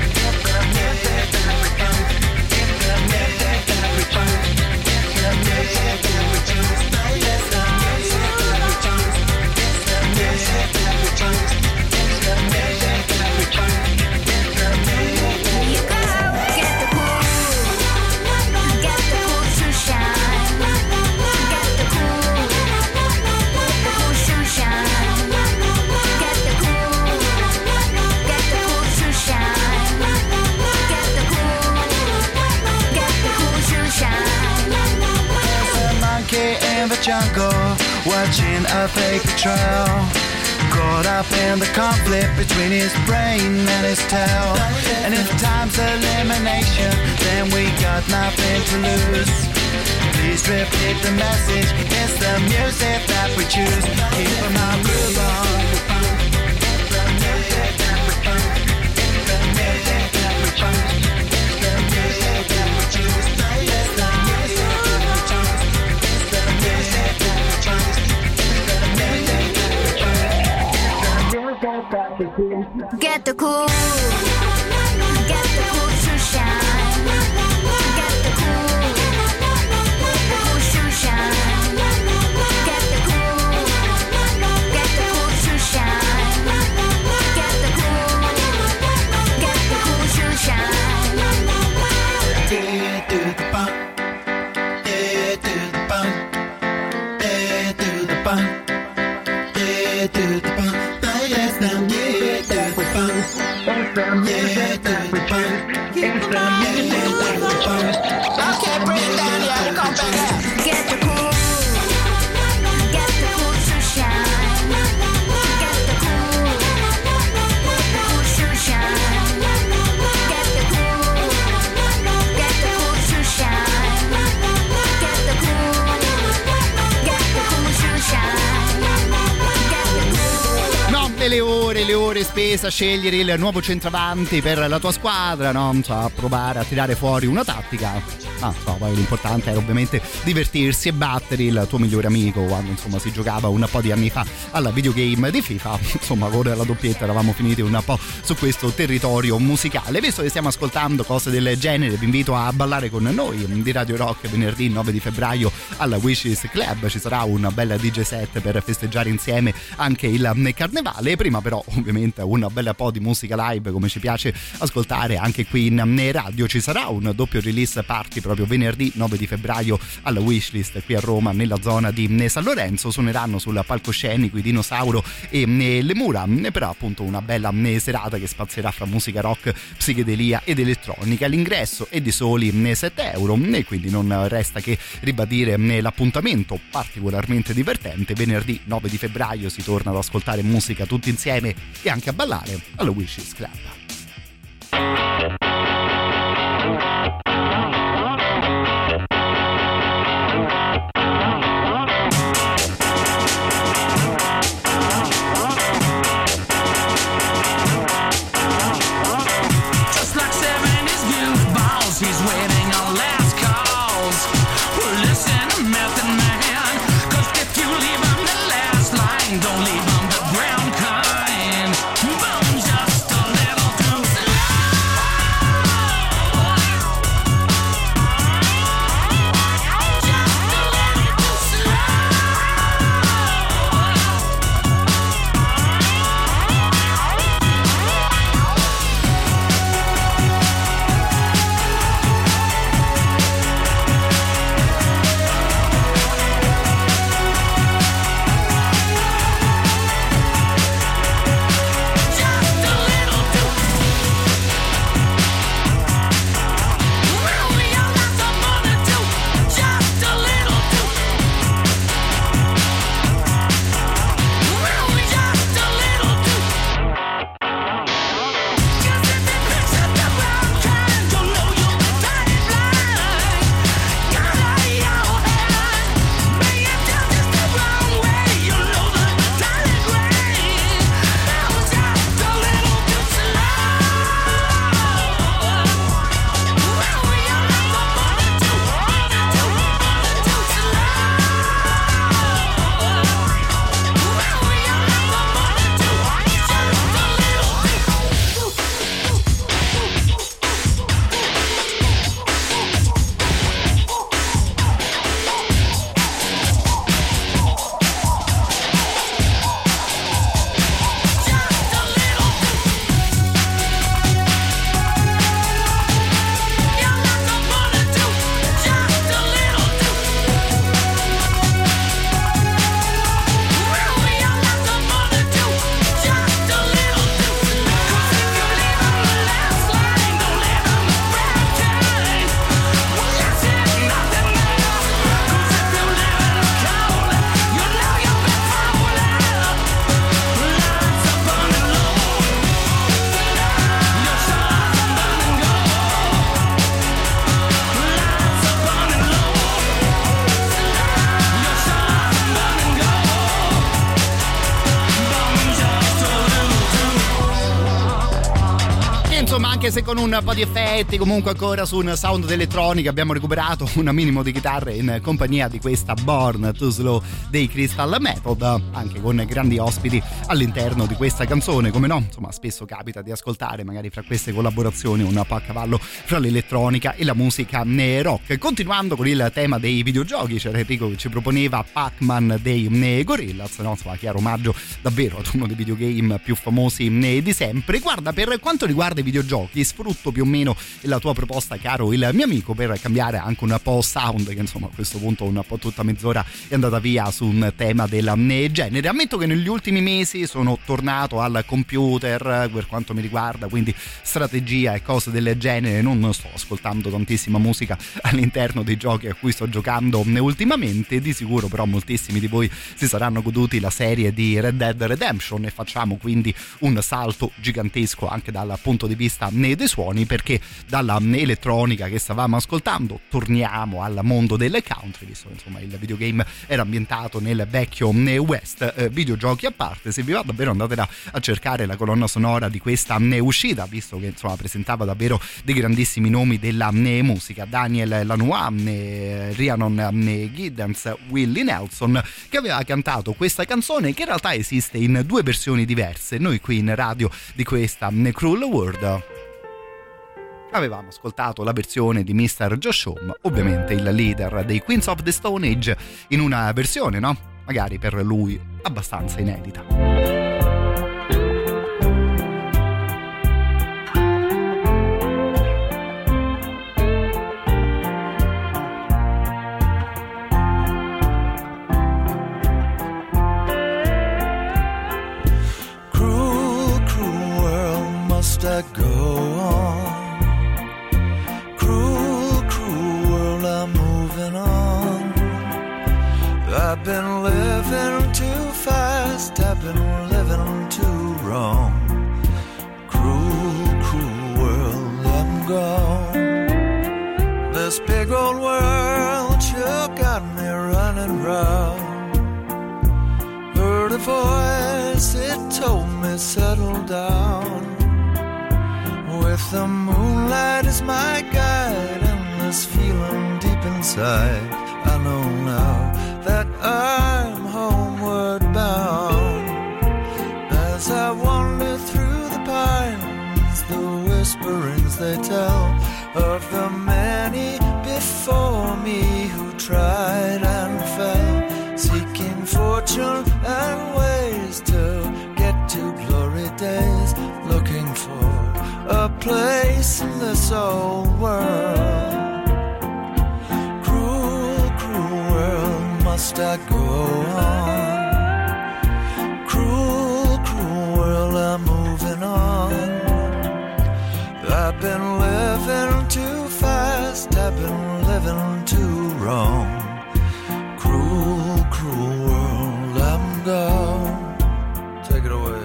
In the jungle, watching a fake trail, caught up in the conflict between his brain and his tail. And if time's elimination, then we got nothing to lose. Please repeat the message, it's the music that we choose. Keep my groove on. Get the cool, get the cool to shine. Get the cool, the cool to shine. Get the cool, get the cool to shine. Get the cool, get the cool to shine. Yeah, do the bump, yeah, do the bump, yeah, do the bump, yeah, do the bump. Yes, now, yeah, do the bump, yeah, do the bump, yeah, do the bump. Okay, bring it down, yeah, come back up. Get the cool, get the cool to shine. Get the cool, the cool to shine. Get the cool, get the cool to shine. Get the cool, get the cool to shine. Le ore, le ore spese a scegliere il nuovo centravanti per la tua squadra, no? Cioè, a provare a tirare fuori una tattica. Ma so, poi l'importante era ovviamente divertirsi e battere il tuo migliore amico quando insomma si giocava un po' di anni fa alla videogame di FIFA. Insomma, con la doppietta eravamo finiti un po' su questo territorio musicale. Visto che stiamo ascoltando cose del genere, vi invito a ballare con noi di Radio Rock venerdì nove di febbraio alla Wishes Club. Ci sarà un bel D J set per festeggiare insieme anche il carnevale. Prima però ovviamente un bel po' di musica live come ci piace ascoltare anche qui in radio. Ci sarà un doppio release party proprio venerdì nove di febbraio alla Wishlist qui a Roma nella zona di San Lorenzo. Suoneranno sul palcoscenico i Dinosauro e le Mura, però appunto una bella serata che spazierà fra musica rock, psichedelia ed elettronica. L'ingresso è di soli sette euro e quindi non resta che ribadire l'appuntamento particolarmente divertente. Venerdì nove di febbraio si torna ad ascoltare musica tutti insieme e anche a ballare alla Wishes Club. Don't leave on the ground kind. Boom, just a little too anche se con un po' di effetti, comunque ancora su un sound d'elettronica. Abbiamo recuperato un minimo di chitarre in compagnia di questa Born Too Slow dei Crystal Method, anche con grandi ospiti all'interno di questa canzone. Come no, insomma, spesso capita di ascoltare magari fra queste collaborazioni un po' a cavallo fra l'elettronica e la musica rock. Continuando con il tema dei videogiochi, c'era Enrico che ci proponeva Pac-Man dei Gorillaz, no? Insomma, chiaro omaggio davvero ad uno dei videogame più famosi di sempre. Guarda, per quanto riguarda i videogiochi, sfrutto più o meno la tua proposta, caro il mio amico, per cambiare anche un po' sound, che insomma a questo punto un po' tutta mezz'ora è andata via su un tema del genere. Ammetto che negli ultimi mesi sono tornato al computer per quanto mi riguarda, quindi strategia e cose del genere. Non sto ascoltando tantissima musica all'interno dei giochi a cui sto giocando ultimamente. Di sicuro però moltissimi di voi si saranno goduti la serie di Red Dead Redemption, e facciamo quindi un salto gigantesco anche dal punto di vista dei suoni, perché dalla elettronica che stavamo ascoltando torniamo al mondo delle country, visto che insomma il videogame era ambientato nel vecchio West. Eh, videogiochi a parte, se vi va davvero andatela a cercare la colonna sonora di questa uscita, visto che insomma presentava davvero dei grandissimi nomi della musica: Daniel Lanois, Rhiannon Giddens, Willie Nelson, che aveva cantato questa canzone che in realtà esiste in due versioni diverse. Noi qui in radio di questa Cruel World avevamo ascoltato la versione di mister Josh Homme, ovviamente il leader dei Queens of the Stone Age, in una versione, no? Magari per lui abbastanza inedita. Must I go on? Cruel, cruel world, I'm moving on. I've been living too fast, I've been living too wrong. Cruel, cruel world, I'm gone. This big old world sure got me running round. Heard a voice, it told me settle down. With the moonlight as my guide and this feeling deep inside, I know now that I'm homeward bound. As I wander through the pines, the whisperings they tell of the many before me who tried and fell, seeking fortune and ways to get to glory days, looking for a place in this old world. Cruel, cruel world, must I go on? Cruel, cruel world, I'm moving on. I've been living too fast, I've been living too wrong. Cruel, cruel world, I'm gone. Take it away.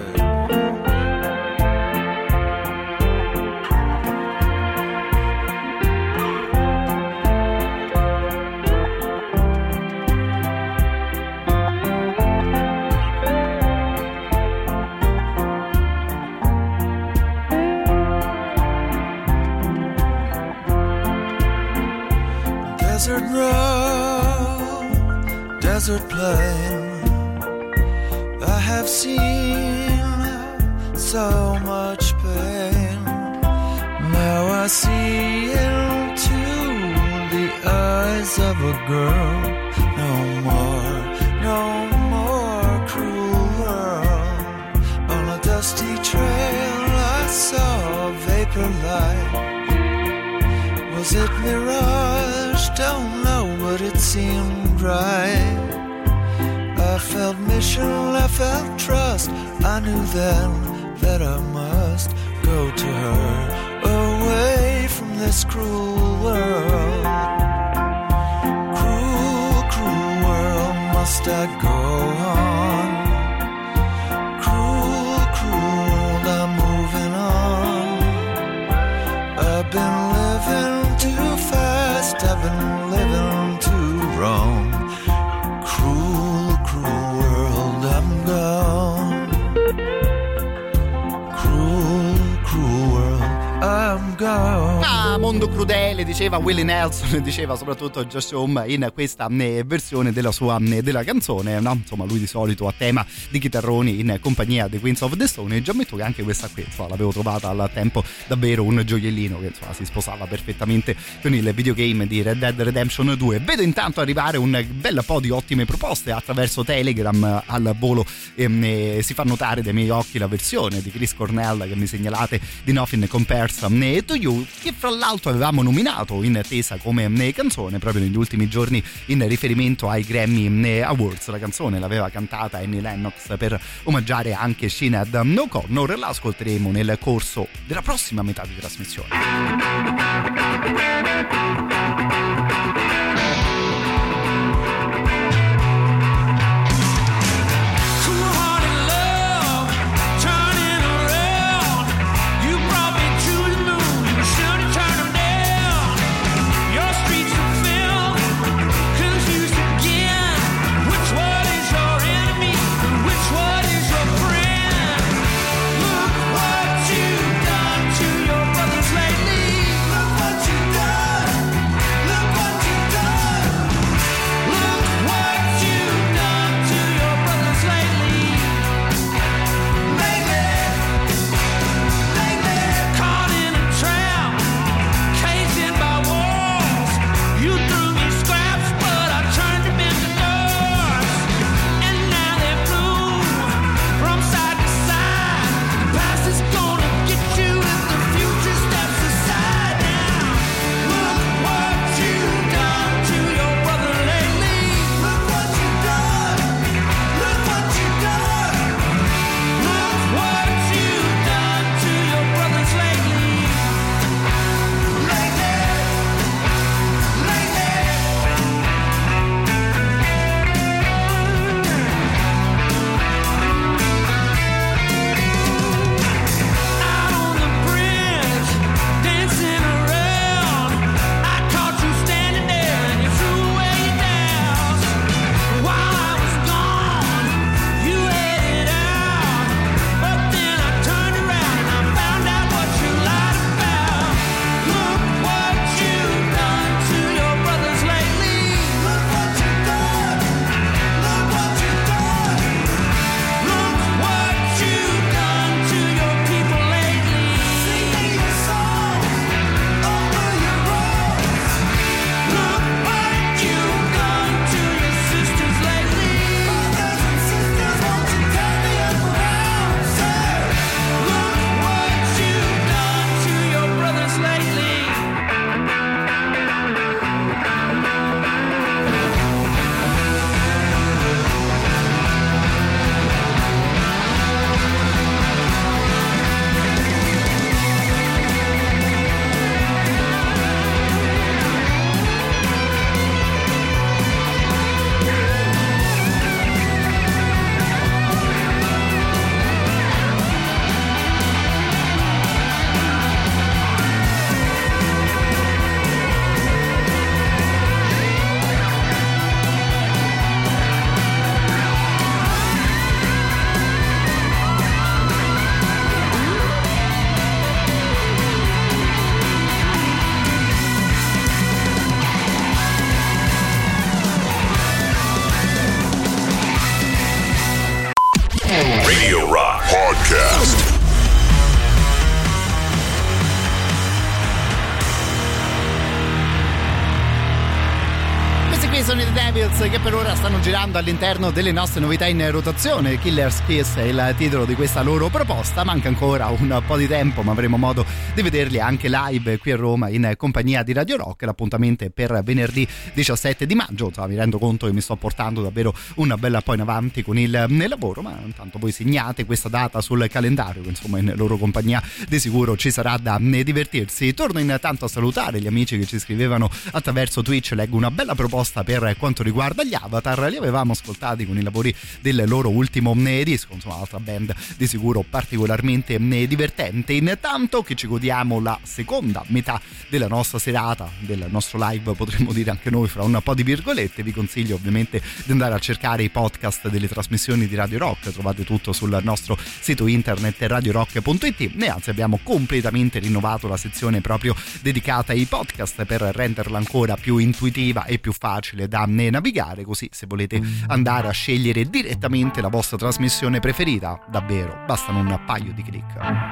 Desert road, desert plain, I have seen so much pain. Now I see into the eyes of a girl. No more, no more cruel world. On a dusty trail I saw a vapor light. Was it mirage? Don't know, but it seemed right. I felt mission, I felt trust. I knew then that I must go to her, away from this cruel world. Cruel, cruel world, must I go on? Cruel, cruel world, I'm moving on. I've been living too fast, I've been living too wrong. Cruel, cruel world, I'm gone. I'm gone. Ah, mondo crudele, diceva Willie Nelson, diceva soprattutto Josh Homme in questa eh, versione della sua eh, della canzone, no? Insomma, lui di solito a tema di chitarroni in compagnia dei Queens of the Stone Age. Ammetto che anche questa qui, insomma, l'avevo trovata al tempo davvero un gioiellino che insomma si sposava perfettamente con il videogame di Red Dead Redemption due. Vedo intanto arrivare un bel po' di ottime proposte attraverso Telegram al volo, ehm, eh, si fa notare dai miei occhi la versione di Chris Cornell che mi segnalate di Nothing Compares to You, che fra l'altro avevamo nominato in attesa come eh, canzone proprio negli ultimi giorni in riferimento ai Grammy eh, Awards. La canzone l'aveva cantata Annie Lennox per omaggiare anche Sinead O'Connor. La ascolteremo nel corso della prossima metà di trasmissione. Radio Rock Podcast. Questi qui sono i The Devils, che per ora stanno girando all'interno delle nostre novità in rotazione. Killer's Kiss è il titolo di questa loro proposta. Manca ancora un po' di tempo, ma avremo modo di vederli anche live qui a Roma in compagnia di Radio Rock. L'appuntamento è per venerdì diciassette di maggio. Mi rendo conto che mi sto portando davvero una bella po' in avanti con il nel lavoro, ma intanto voi segnate questa data sul calendario, che insomma in loro compagnia di sicuro ci sarà da divertirsi. Torno intanto a salutare gli amici che ci scrivevano attraverso Twitch. Leggo una bella proposta per quanto riguarda gli Avatar. Li avevamo ascoltati con i lavori del loro ultimo disco, insomma altra band di sicuro particolarmente divertente. Intanto che ci godiamo la seconda metà della nostra serata, del nostro live, potremmo dire anche noi fra un po' di virgolette, vi consiglio ovviamente di andare a cercare i podcast delle trasmissioni di Radio Rock, trovate tutto sul nostro sito internet radio rock punto it, e anzi abbiamo completamente rinnovato la sezione proprio dedicata ai podcast per renderla ancora più intuitiva e più facile da navigare, così se volete andare a scegliere direttamente la vostra trasmissione preferita, davvero bastano un paio di click.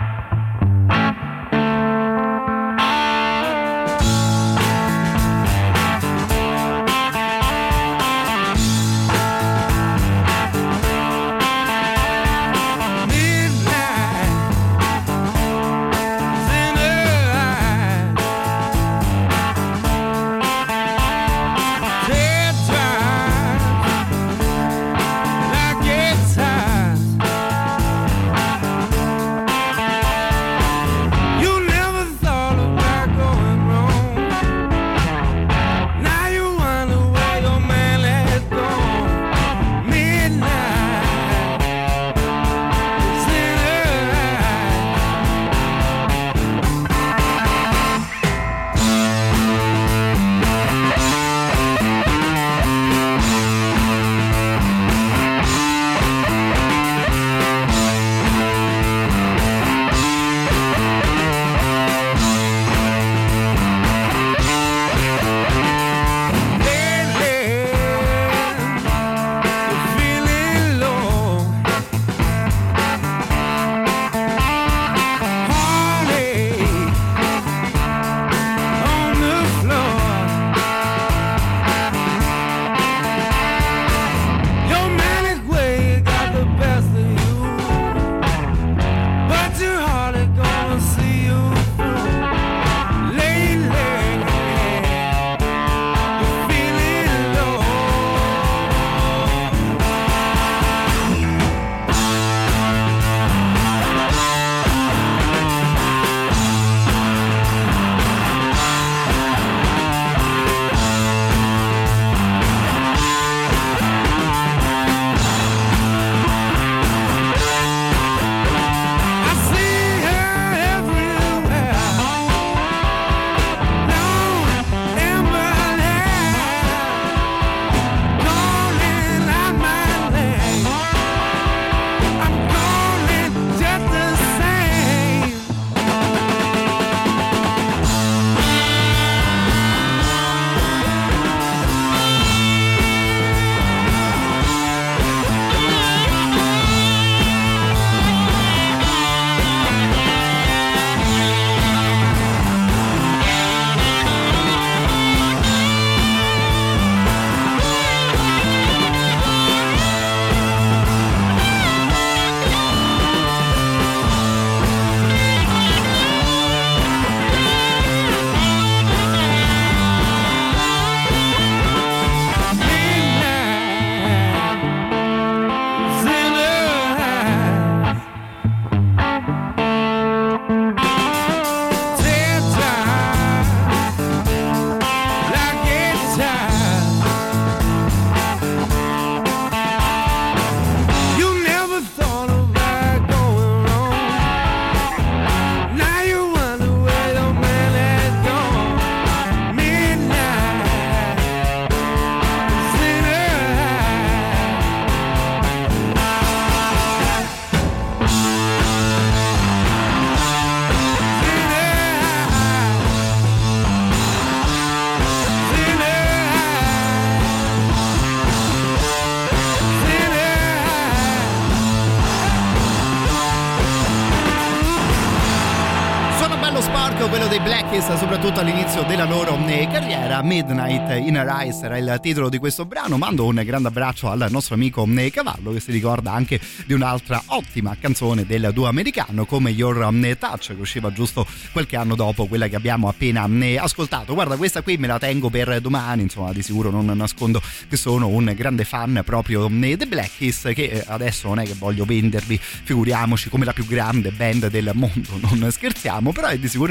Quello dei Black Keys, soprattutto all'inizio della loro carriera. Midnight in a Rise era il titolo di questo brano. Mando un grande abbraccio al nostro amico Cavallo, che si ricorda anche di un'altra ottima canzone del duo americano come Your Touch, che usciva giusto qualche anno dopo quella che abbiamo appena ascoltato. Guarda, questa qui me la tengo per domani, insomma, di sicuro non nascondo che sono un grande fan proprio dei Black Keys, che adesso non è che voglio vendervi, figuriamoci, come la più grande band del mondo, non scherziamo, però è di sicuro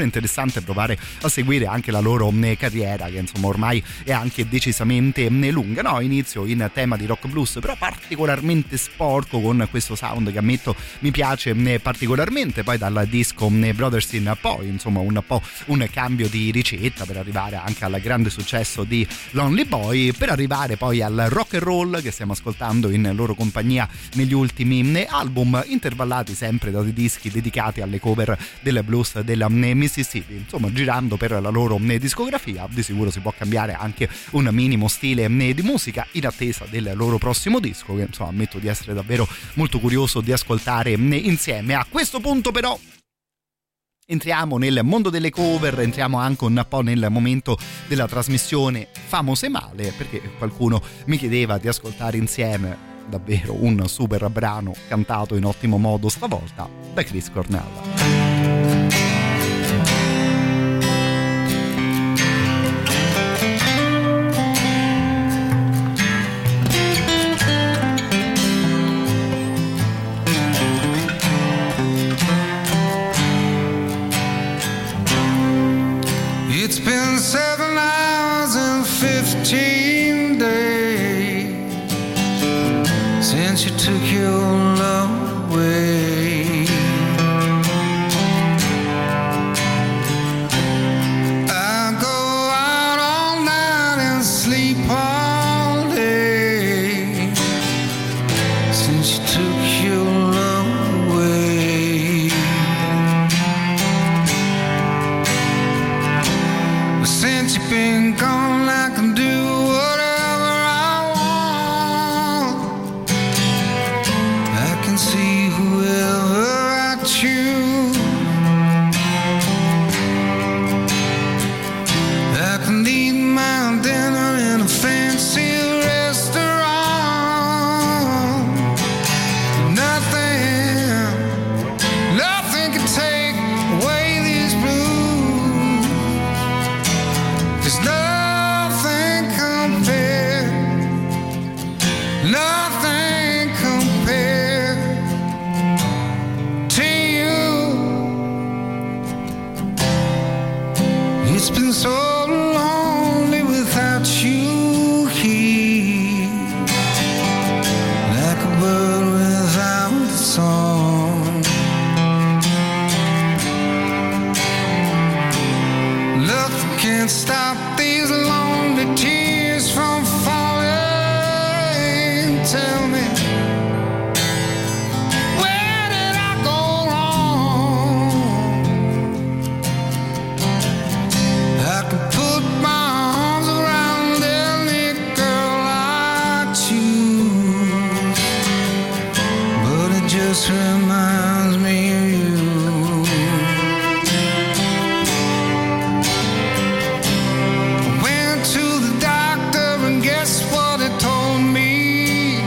interessante provare a seguire anche la loro mh, carriera, che insomma ormai è anche decisamente mh, lunga, no? Inizio in tema di rock blues però particolarmente sporco, con questo sound che ammetto mi piace mh, particolarmente, poi dal disco mh, Brothers in poi insomma un po' un cambio di ricetta per arrivare anche al grande successo di Lonely Boy, per arrivare poi al rock and roll che stiamo ascoltando in loro compagnia negli ultimi album, intervallati sempre da dei dischi dedicati alle cover del blues della Mississippi. Insomma, girando per la loro discografia di sicuro si può cambiare anche un minimo stile di musica in attesa del loro prossimo disco, che insomma ammetto di essere davvero molto curioso di ascoltare insieme. A questo punto però entriamo nel mondo delle cover, entriamo anche un po' nel momento della trasmissione Famose Male, perché qualcuno mi chiedeva di ascoltare insieme davvero un super brano cantato in ottimo modo stavolta da Chris Cornell. It's been seven hours and fifteen days since you took your love away. I go out all night and sleep all day since you took your love away. Since you've been gone, I can do whatever I want. I can see whoever I choose. I can eat my dinner in a fancy restaurant. Nothing, nothing can take away these blues. There's nothing compared, nothing compared to you. It's been so lonely without you here, like a bird without a song. Nothing can stop these lonely tears from falling. Tell me, where did I go wrong? I could put my arms around any girl I choose, but it just reminds me of you. Went to the doctor and guess what he told me?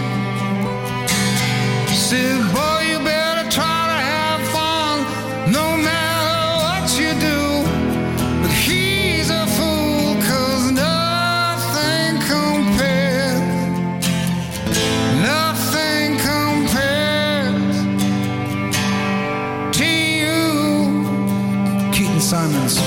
Said, boy, you better try to have fun no matter what you do. But he's a fool, 'cause nothing compares, nothing compares to you. Keaton Simons.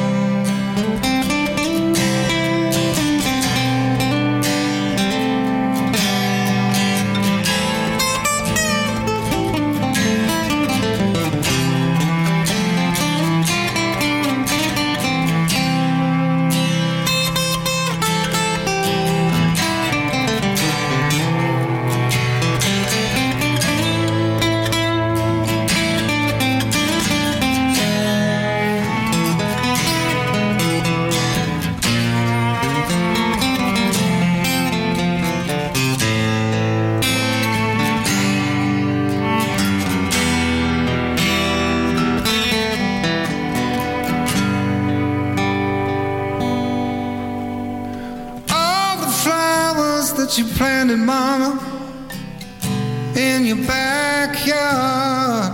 That you planted, mama, in your backyard,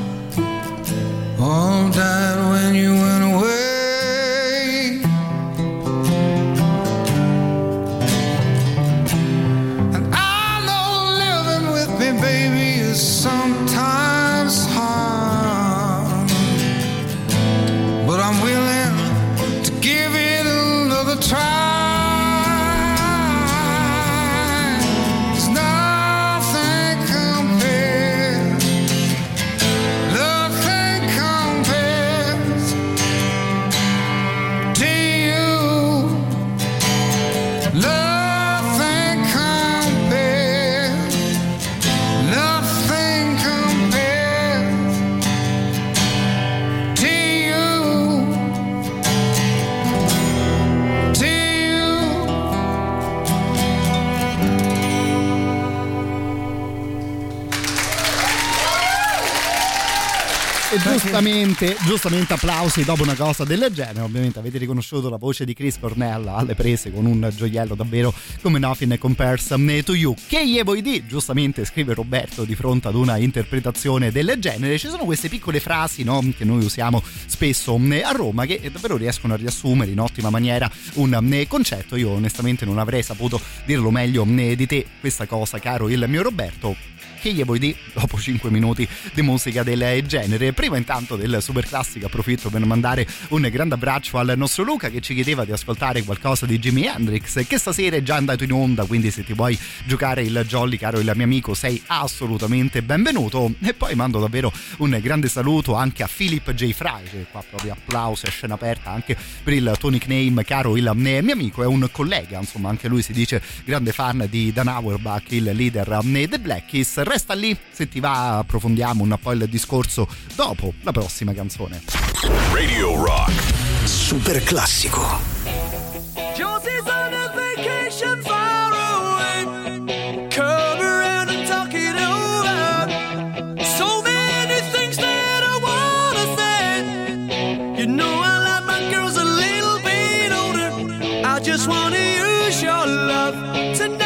all died when you went away. And I know living with me, baby, is sometimes hard, but I'm giustamente, giustamente applausi dopo una cosa del genere. Ovviamente avete riconosciuto la voce di Chris Cornell alle prese con un gioiello davvero come Nothing Compares to You. Che gli vuoi dire? Giustamente scrive Roberto di fronte ad una interpretazione del genere. Ci sono queste piccole frasi, no, che noi usiamo spesso a Roma, che davvero riescono a riassumere in ottima maniera un concetto. Io onestamente non avrei saputo dirlo meglio di te questa cosa, caro il mio Roberto. Che gli vuoi dire dopo cinque minuti di musica del genere? Prima intanto del super classico approfitto per mandare un grande abbraccio al nostro Luca, che ci chiedeva di ascoltare qualcosa di Jimi Hendrix, che stasera è già andato in onda, quindi se ti vuoi giocare il jolly, caro il mio amico, sei assolutamente benvenuto. E poi mando davvero un grande saluto anche a Philip J. Fry, che qua proprio applausi a scena aperta anche per il tuo nickname, caro il mio amico, è un collega, insomma anche lui si dice grande fan di Dan Auerbach, il leader dei Black Keys. Resta lì, se ti va approfondiamo un po' il discorso dopo la prossima canzone. Radio Rock Super classico. Josie's on a vacation far away. Come around and talk it over. So many things that I wanna say. You know I like my girls a little bit older. I just wanna use your love tonight.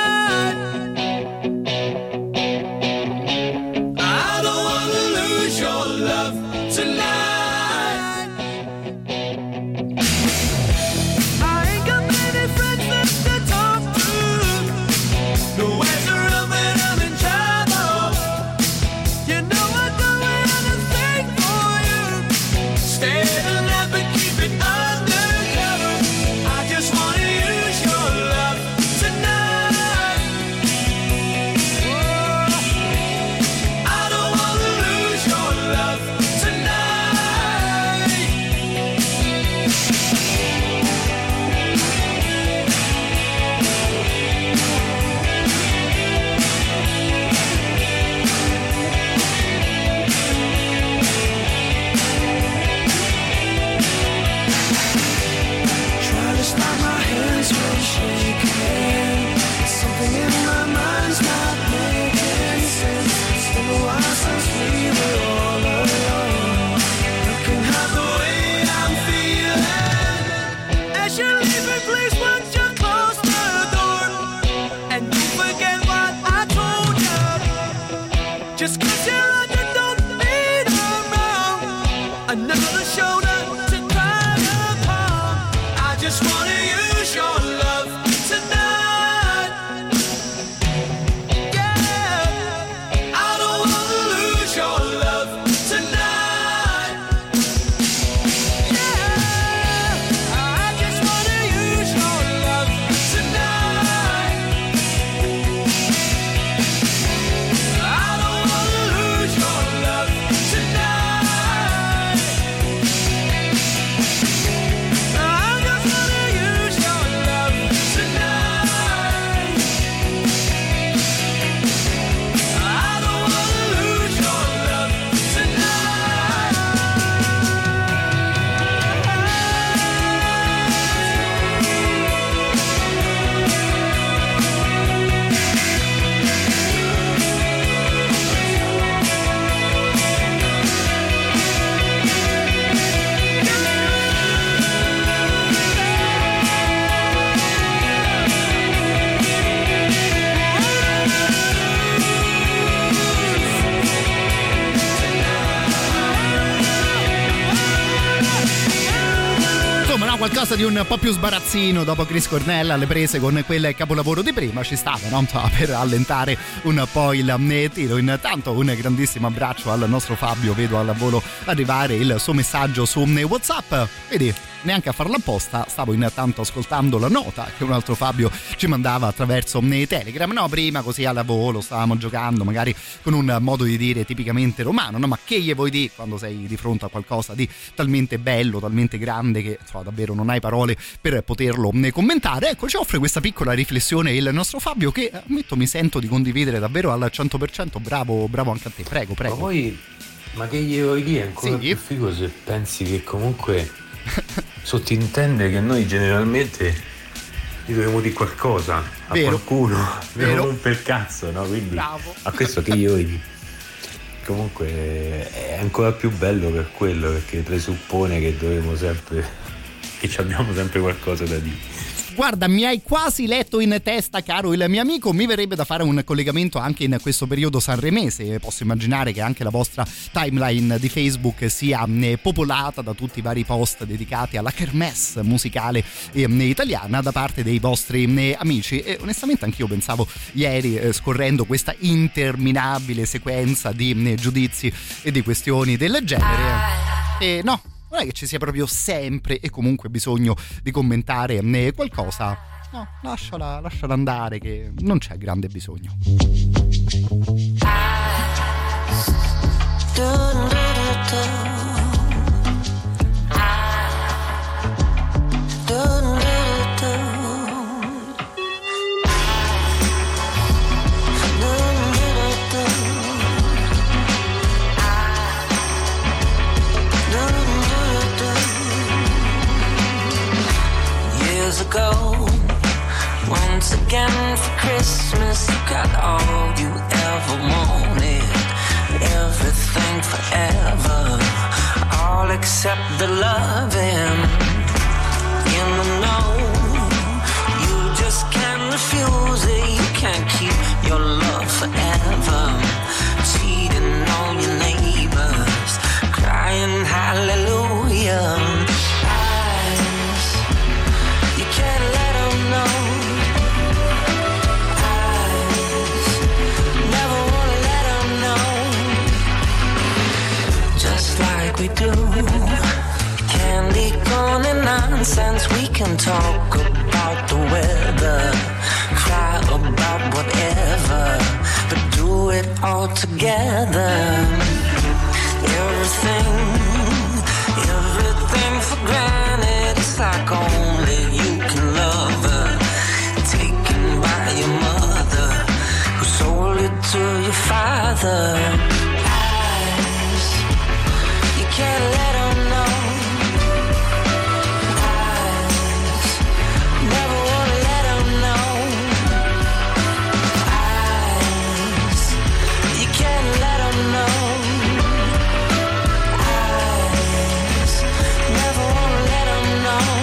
Qualcosa di un po' più sbarazzino dopo Chris Cornell alle prese con quel capolavoro di prima ci stava, no? Per allentare un po' il tiro. Intanto un grandissimo abbraccio al nostro Fabio, vedo al volo arrivare il suo messaggio su WhatsApp. Vedi, neanche a farla apposta, stavo intanto ascoltando la nota che un altro Fabio ci mandava attraverso Telegram. No, prima così al volo stavamo giocando magari con un modo di dire tipicamente romano, no? Ma che gli vuoi dire quando sei di fronte a qualcosa di talmente bello, talmente grande che so, davvero non hai parole per poterlo commentare. Ecco, ci offre questa piccola riflessione il nostro Fabio, che ammetto mi sento di condividere davvero al cento per cento. Bravo, bravo anche a te, prego, prego. Ma poi, ma che gli vuoi dire? Ancora sì. Più figo se pensi che comunque sottintende che noi generalmente gli dobbiamo dire qualcosa a Vero. qualcuno, Vero. non rompe il cazzo, no? Quindi Bravo. a questo che gli vuoi dire? comunque è ancora più bello per quello, perché presuppone che dovremo sempre, che ci abbiamo sempre qualcosa da dire. Guarda, mi hai quasi letto in testa, caro il mio amico. Mi verrebbe da fare un collegamento anche in questo periodo sanremese. Posso immaginare che anche la vostra timeline di Facebook sia popolata da tutti i vari post dedicati alla kermesse musicale italiana da parte dei vostri amici. E onestamente anch'io pensavo ieri, scorrendo questa interminabile sequenza di giudizi e di questioni del genere, e no, non è che ci sia proprio sempre e comunque bisogno di commentare qualcosa. No, lasciala, lasciala andare, che non c'è grande bisogno. Ago, once again for Christmas, you got all you ever wanted, everything forever, all except the loving. In the know, you just can't refuse it, you can't keep your love forever, cheating on your neighbors, crying hallelujah. We do candy corn and nonsense. We can talk about the weather, cry about whatever, but do it all together. Everything, everything for granted. It's like only you can love her. Taken by your mother, who sold it to your father. Can't let them know. Eyes never wanna let them know. Eyes, you can't let them know. Eyes never wanna let them know.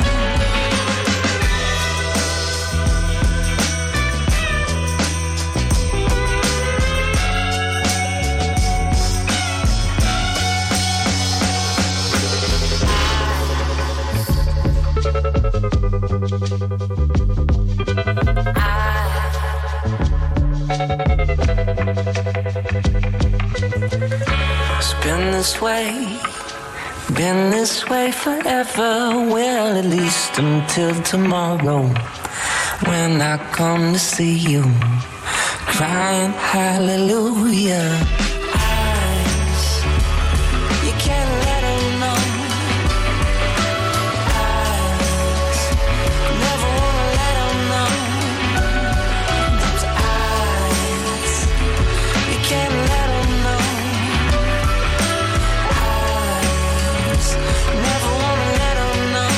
It's been this way, been this way forever. Well, at least until tomorrow, when I come to see you, crying hallelujah. Eyes, you can't let them know. Eyes, never wanna let them know. Those eyes, you can't let them know. Eyes, never wanna let them know.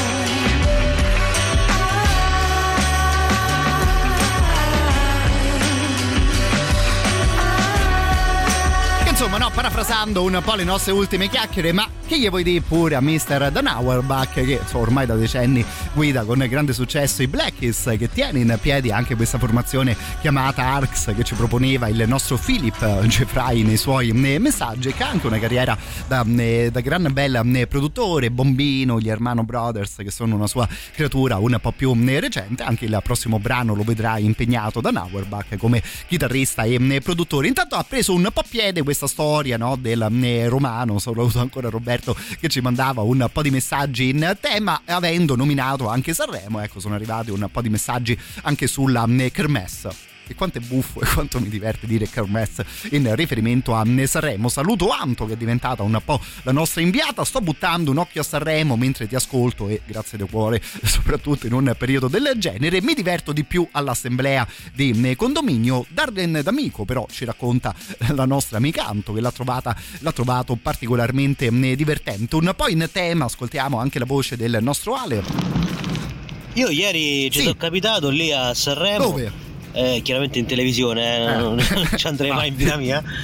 Insomma, no, parafrasando un po' le nostre ultime chiacchiere, ma che gli vuoi dire pure a mister Dan Auerbach, che insomma, ormai da decenni guida con grande successo i Black Keys, che tiene in piedi anche questa formazione chiamata Arcs, che ci proponeva il nostro Philip Jeffrey nei suoi messaggi, che ha anche una carriera da, da gran bel produttore, Bombino, gli Hermano Brothers, che sono una sua creatura un po' più recente. Anche il prossimo brano lo vedrà impegnato Dan Auerbach come chitarrista e produttore. Intanto ha preso un po' piede questa storia, no, del romano. Saluto ancora Roberto che ci mandava un po' di messaggi in tema, avendo nominato anche Sanremo. Ecco, sono arrivati un po' di messaggi anche sulla kermesse. E quanto è buffo e quanto mi diverte dire kermesse in riferimento a Sanremo. Saluto Anto, che è diventata un po' la nostra inviata. Sto buttando un occhio a Sanremo mentre ti ascolto, e grazie di cuore, soprattutto in un periodo del genere. Mi diverto di più all'assemblea di condominio. Darden D'Amico però ci racconta la nostra amica Anto, che l'ha trovata l'ha trovato particolarmente divertente. Un po' in tema ascoltiamo anche la voce del nostro Ale. Io ieri ci Sì. sono capitato lì a Sanremo. Dove? Eh, chiaramente in televisione, eh, non ci andrei mai in vita mia.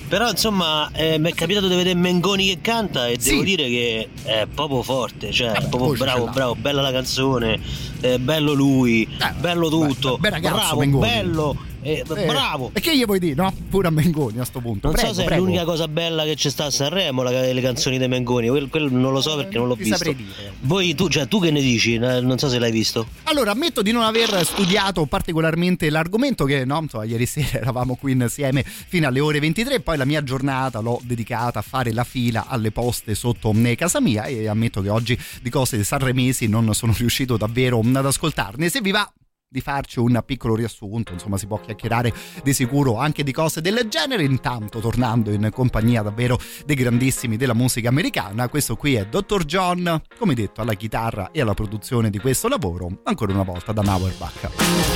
Però insomma eh, mi è capitato di vedere Mengoni che canta e Sì. devo dire che è proprio forte, cioè Eh, proprio voce ce bravo, l'ha. bravo, bella la canzone, eh, bello lui, bello tutto, bel ragazzo, bravo, Mengoni. bello, eh, Eh, bravo. E che gli vuoi dire, no? Pure a Mengoni a sto punto. Non Prego, so se prego. è l'unica cosa bella che c'è sta a Sanremo, la- le canzoni dei Mengoni, quello, quello non lo so perché non l'ho ti visto. saprei dire. Voi tu, cioè tu che ne dici? Eh, Non so se l'hai visto. Allora, ammetto di non aver studiato particolarmente l'argomento, che no, insomma, ieri sera eravamo qui insieme fino alle ore ventitré, poi la mia giornata l'ho dedicata a fare la fila alle poste sotto eh, casa mia, e ammetto che oggi di cose sanremesi non sono riuscito davvero ad ascoltarne. Se vi va di farci un piccolo riassunto, insomma si può chiacchierare di sicuro anche di cose del genere. Intanto, tornando in compagnia davvero dei grandissimi della musica americana, questo qui è doctor John, come detto, alla chitarra e alla produzione di questo lavoro, ancora una volta da Auerbach.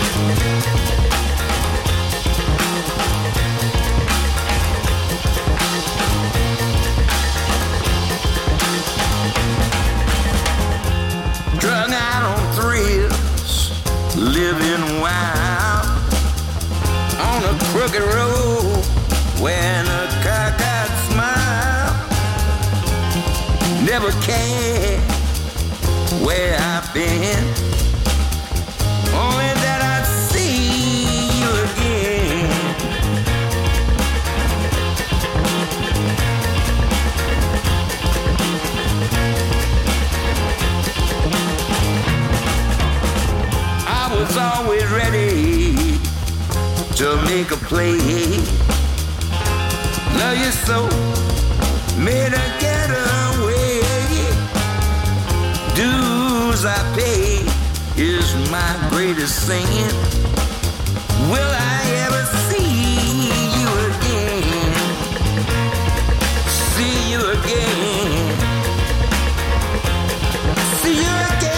Drug out on thrills, living wild on a crooked road, wearing a cockeyed smile. Never cared where I've been, only that I'd see you again. I was always ready to make a play. Love you so, made a getaway. Dues I pay is my greatest sin. Will I ever see you again? See you again. See you again.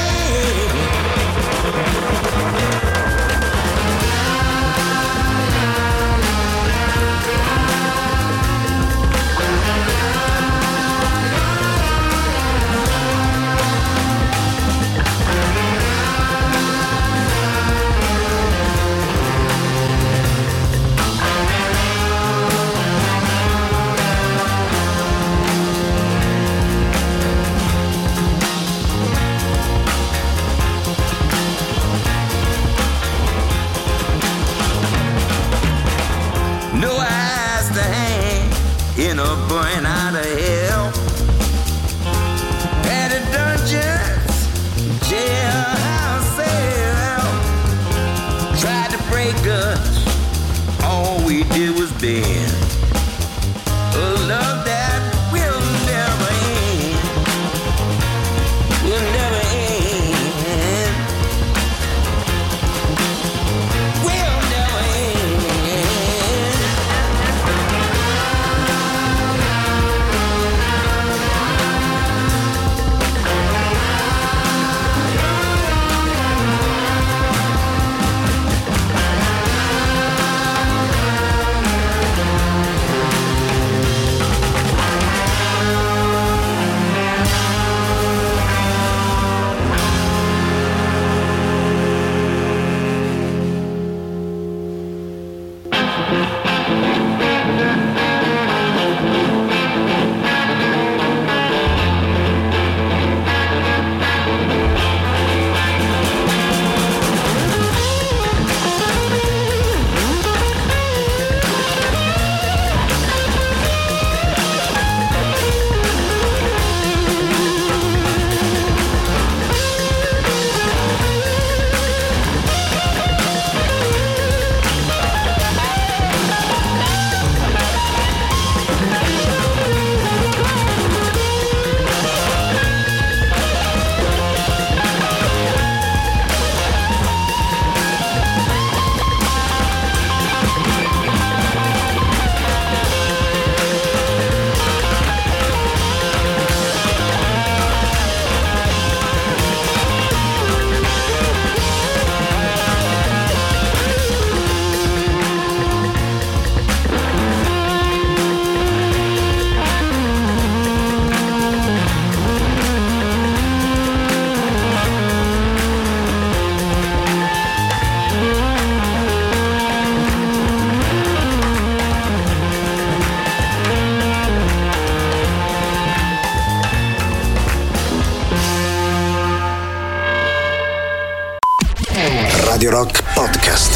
Radio Rock Podcast.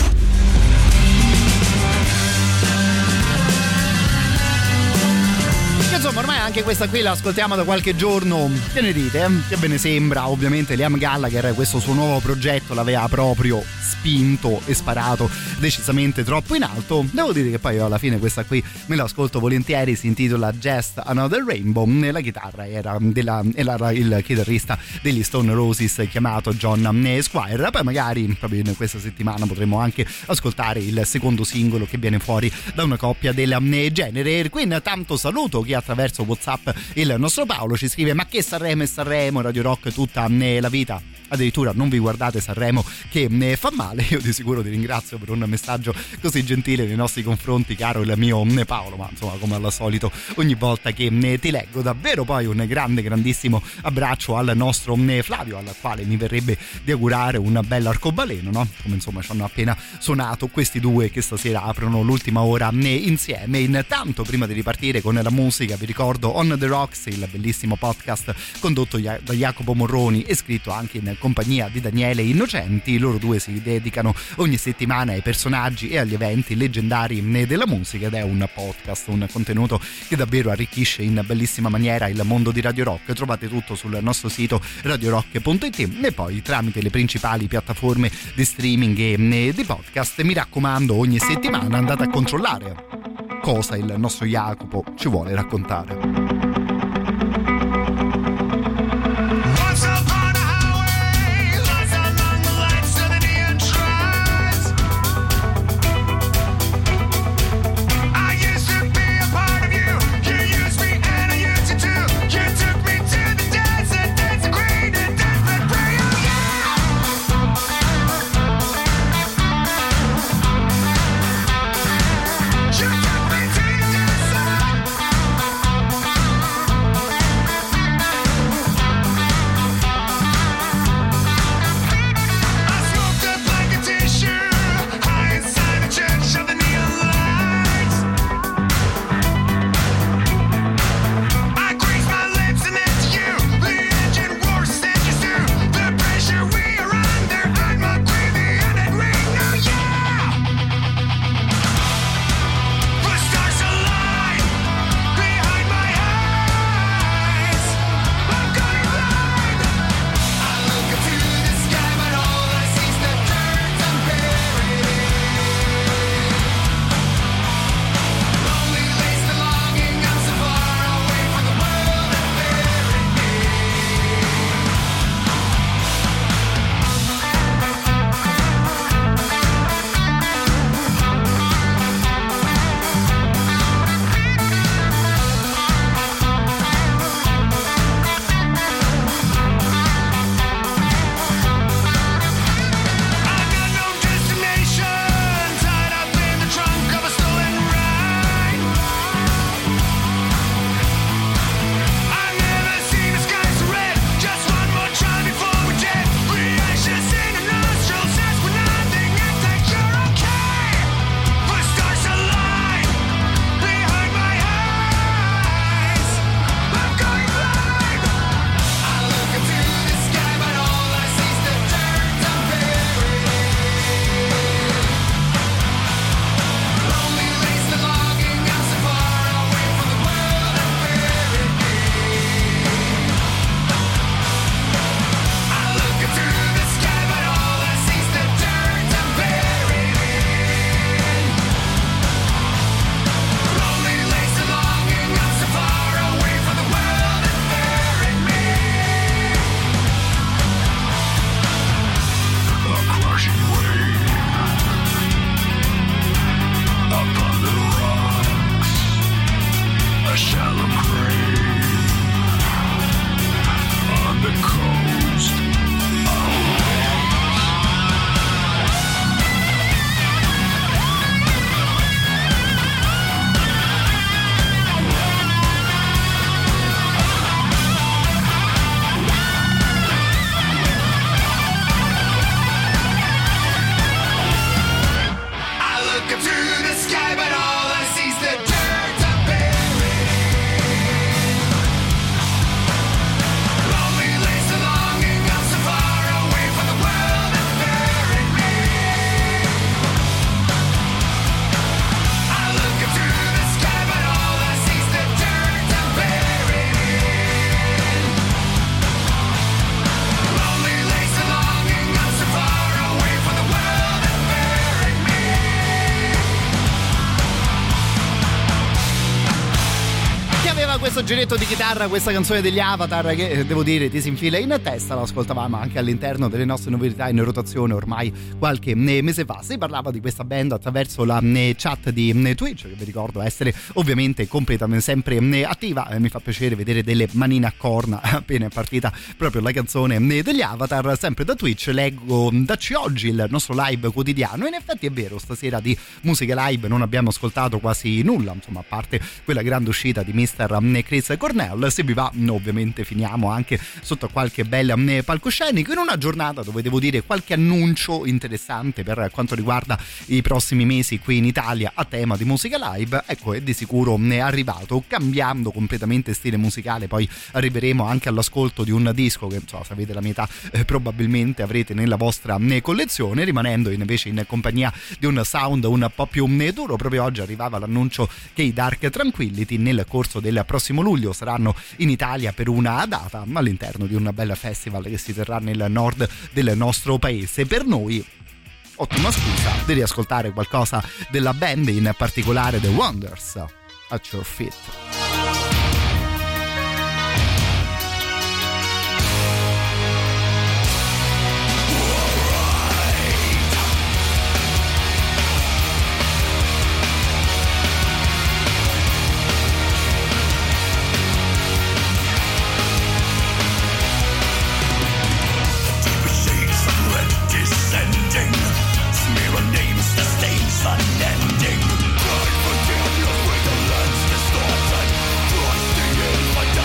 Insomma, ormai anche questa qui l'ascoltiamo da qualche giorno. Che ne dite? Eh? Che ve ne sembra? Ovviamente Liam Gallagher, questo suo nuovo progetto l'aveva proprio spinto e sparato decisamente troppo in alto. Devo dire che poi io alla fine questa qui me l'ascolto volentieri, si intitola Just Another Rainbow. La chitarra era, della, era il chitarrista degli Stone Roses chiamato John Squire. Poi magari proprio in questa settimana potremo anche ascoltare il secondo singolo che viene fuori da una coppia del genere. Qui intanto saluto chi attraverso WhatsApp il nostro Paolo ci scrive: ma che Sanremo e Sanremo, Radio Rock tutta la vita, addirittura non vi guardate Sanremo che ne fa male. Io di sicuro ti ringrazio per un messaggio così gentile nei nostri confronti, caro il mio Paolo, ma insomma come al solito ogni volta che ti leggo davvero poi un grande grandissimo abbraccio al nostro Flavio, al quale mi verrebbe di augurare un bel arcobaleno, no? Come insomma ci hanno appena suonato questi due che stasera aprono l'ultima ora insieme. Intanto prima di ripartire con la musica vi ricordo On The Rocks, il bellissimo podcast condotto da Jacopo Morroni e scritto anche in compagnia di Daniele Innocenti. Loro due si dedicano ogni settimana ai personaggi e agli eventi leggendari della musica ed è un podcast, un contenuto che davvero arricchisce in bellissima maniera il mondo di Radio Rock. Trovate tutto sul nostro sito radio rock punto it e poi tramite le principali piattaforme di streaming e di podcast. Mi raccomando, ogni settimana andate a controllare cosa il nostro Jacopo ci vuole raccontare. You took me to the desert. giretto di chitarra, questa canzone degli Avatar che devo dire ti si infila in testa. Lo ascoltavamo anche all'interno delle nostre novità in rotazione ormai qualche mese fa. Si parlava di questa band attraverso la chat di Twitch, che vi ricordo essere ovviamente completamente sempre attiva. Mi fa piacere vedere delle manine a corna appena è partita proprio la canzone degli Avatar. Sempre da Twitch leggo dacci oggi il nostro live quotidiano. In effetti è vero, stasera di musica live non abbiamo ascoltato quasi nulla, insomma, a parte quella grande uscita di mister Chris Cornell. Se vi va, ovviamente finiamo anche sotto qualche bel palcoscenico in una giornata dove devo dire qualche annuncio interessante per quanto riguarda i prossimi mesi qui in Italia a tema di musica live. Ecco, è di sicuro è arrivato, cambiando completamente stile musicale. Poi arriveremo anche all'ascolto di un disco che, so, se avete la mia età eh, probabilmente avrete nella vostra eh, collezione, rimanendo invece in compagnia di un sound un po' più eh, duro. Proprio oggi arrivava l'annuncio che i Dark Tranquillity nel corso del prossimo luglio saranno in Italia per una data all'interno di un bel festival che si terrà nel nord del nostro paese. Per noi ottima scusa di riascoltare qualcosa della band, in particolare The Wonders, At Your Feet. Unending, God forgive us with the lens distorted.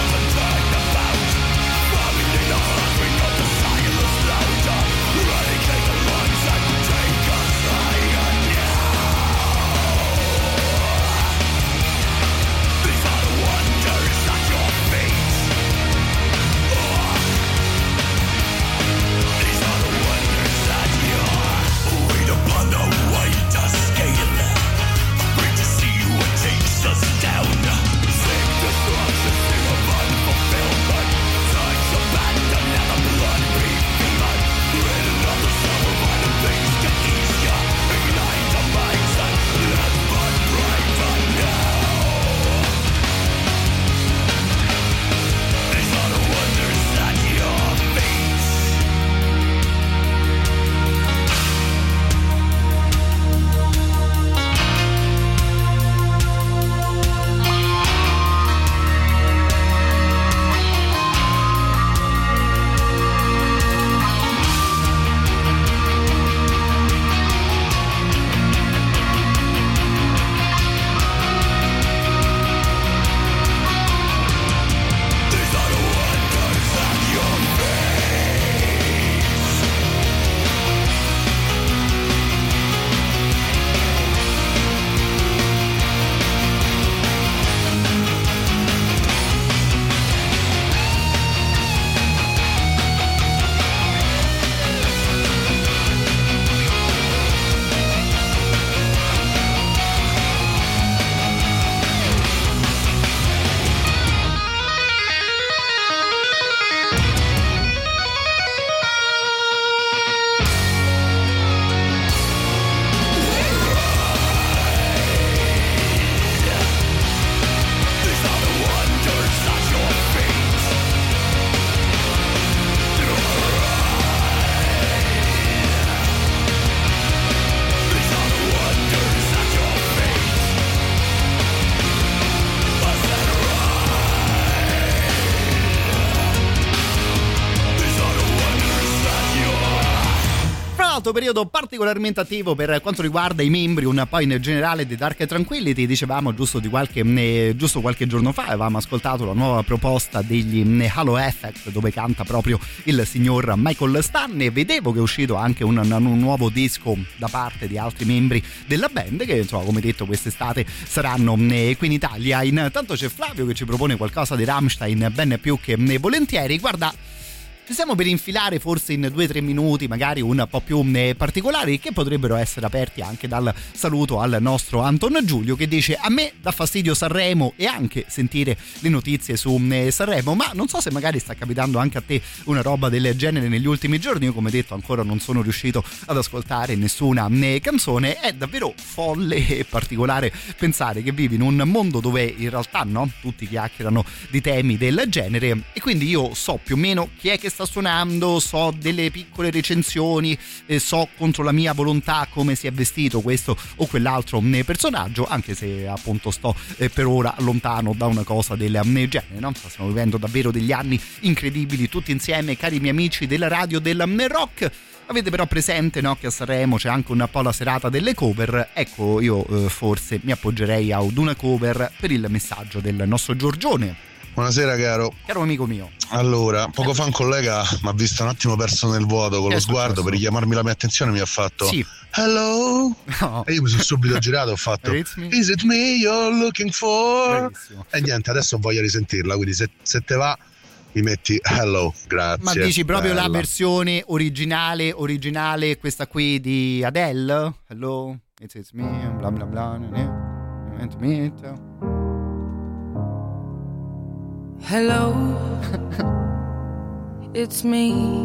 Periodo particolarmente attivo per quanto riguarda i membri un po' in generale di Dark Tranquillity. Dicevamo giusto di qualche eh, giusto qualche giorno fa avevamo ascoltato la nuova proposta degli eh, Halo Effect, dove canta proprio il signor Michael Stanley. Vedevo che è uscito anche un, un nuovo disco da parte di altri membri della band che, insomma, come detto, quest'estate saranno eh, qui in Italia. Intanto c'è Flavio che ci propone qualcosa di Rammstein ben più che eh, volentieri. Guarda, ci stiamo per infilare forse in due o tre minuti magari un po' più eh, particolari, che potrebbero essere aperti anche dal saluto al nostro Anton Giulio, che dice: a me dà fastidio Sanremo e anche sentire le notizie su eh, Sanremo, ma non so se magari sta capitando anche a te una roba del genere negli ultimi giorni. Io, come detto, ancora non sono riuscito ad ascoltare nessuna eh, canzone. È davvero folle e particolare pensare che vivi in un mondo dove in realtà no, tutti chiacchierano di temi del genere, e quindi io so più o meno chi è che sta suonando, so delle piccole recensioni, eh, so contro la mia volontà come si è vestito questo o quell'altro eh, personaggio, anche se appunto sto eh, per ora lontano da una cosa del eh, genere, no? Stiamo vivendo davvero degli anni incredibili tutti insieme, cari miei amici della radio del eh, rock. Avete però presente, no, che a Sanremo c'è anche un po' la serata delle cover. Ecco, io eh, forse mi appoggerei ad una cover per il messaggio del nostro Giorgione. Buonasera caro. Caro amico mio. Allora, poco fa un collega mi ha visto un attimo perso nel vuoto con che lo sguardo, per richiamarmi la mia attenzione mi ha fatto sì. Hello, no. E io mi sono subito girato e ho fatto Is it me you're looking for? Bellissimo. E niente, adesso voglio risentirla, quindi se, se te va mi metti hello, grazie. Ma dici proprio bella. La versione originale, originale, questa qui di Adele? Hello, it's, it's me, bla bla bla, meant to meet. Hello, it's me.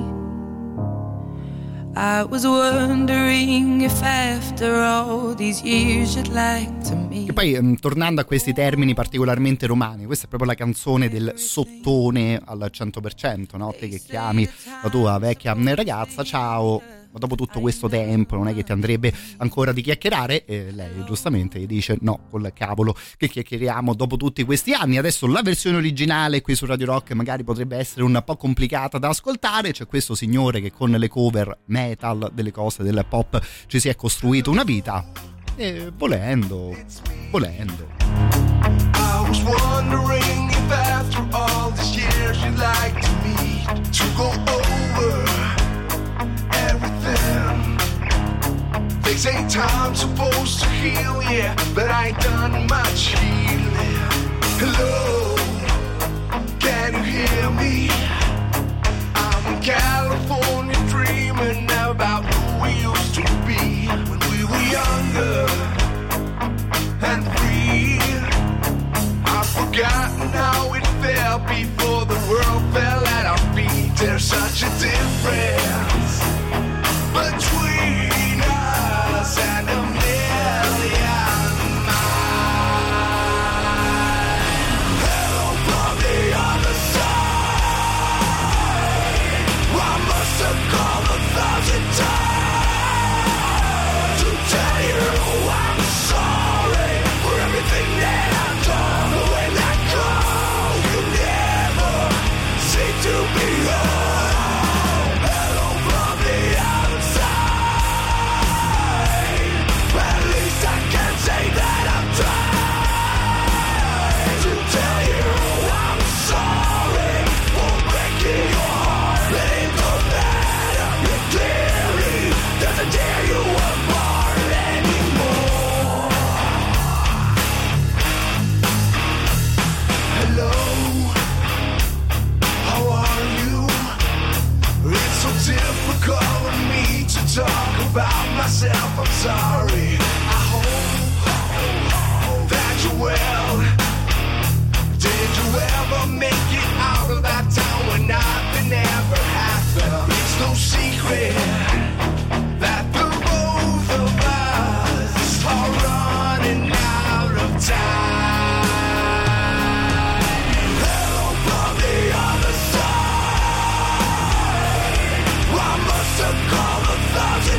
I was wondering if after all these years you'd like to meet. E poi ehm, tornando a questi termini particolarmente romani, questa è proprio la canzone del sottone al cento per cento, no? Te che chiami la tua vecchia ragazza, ciao, ma dopo tutto questo tempo non è che ti andrebbe ancora di chiacchierare? E lei giustamente gli dice no, col cavolo che chiacchieriamo dopo tutti questi anni. Adesso la versione originale qui su Radio Rock magari potrebbe essere un po' complicata da ascoltare. C'è questo signore che con le cover metal delle cose del pop ci si è costruito una vita, e volendo volendo I was wondering if after all these years you'd like to meet, to go over everything. They say time's supposed to heal, yeah, but I ain't done much healing. Hello, can you hear me? I'm in California dreaming about who we used to be when we were younger and free. I've forgotten how it felt before the world fell at our feet. There's such a difference between us and a million miles. Hello from the other side. I must have called a thousand times to tell you I'm sorry for everything that I've done. But when I call, you never seem to be home. Difficult for me to talk about myself, I'm sorry. I hope that you're well. Did you ever make it out of that town when nothing ever happened? It's no secret that the both of us are running out of time. Hello from the other side. I must have called a thousand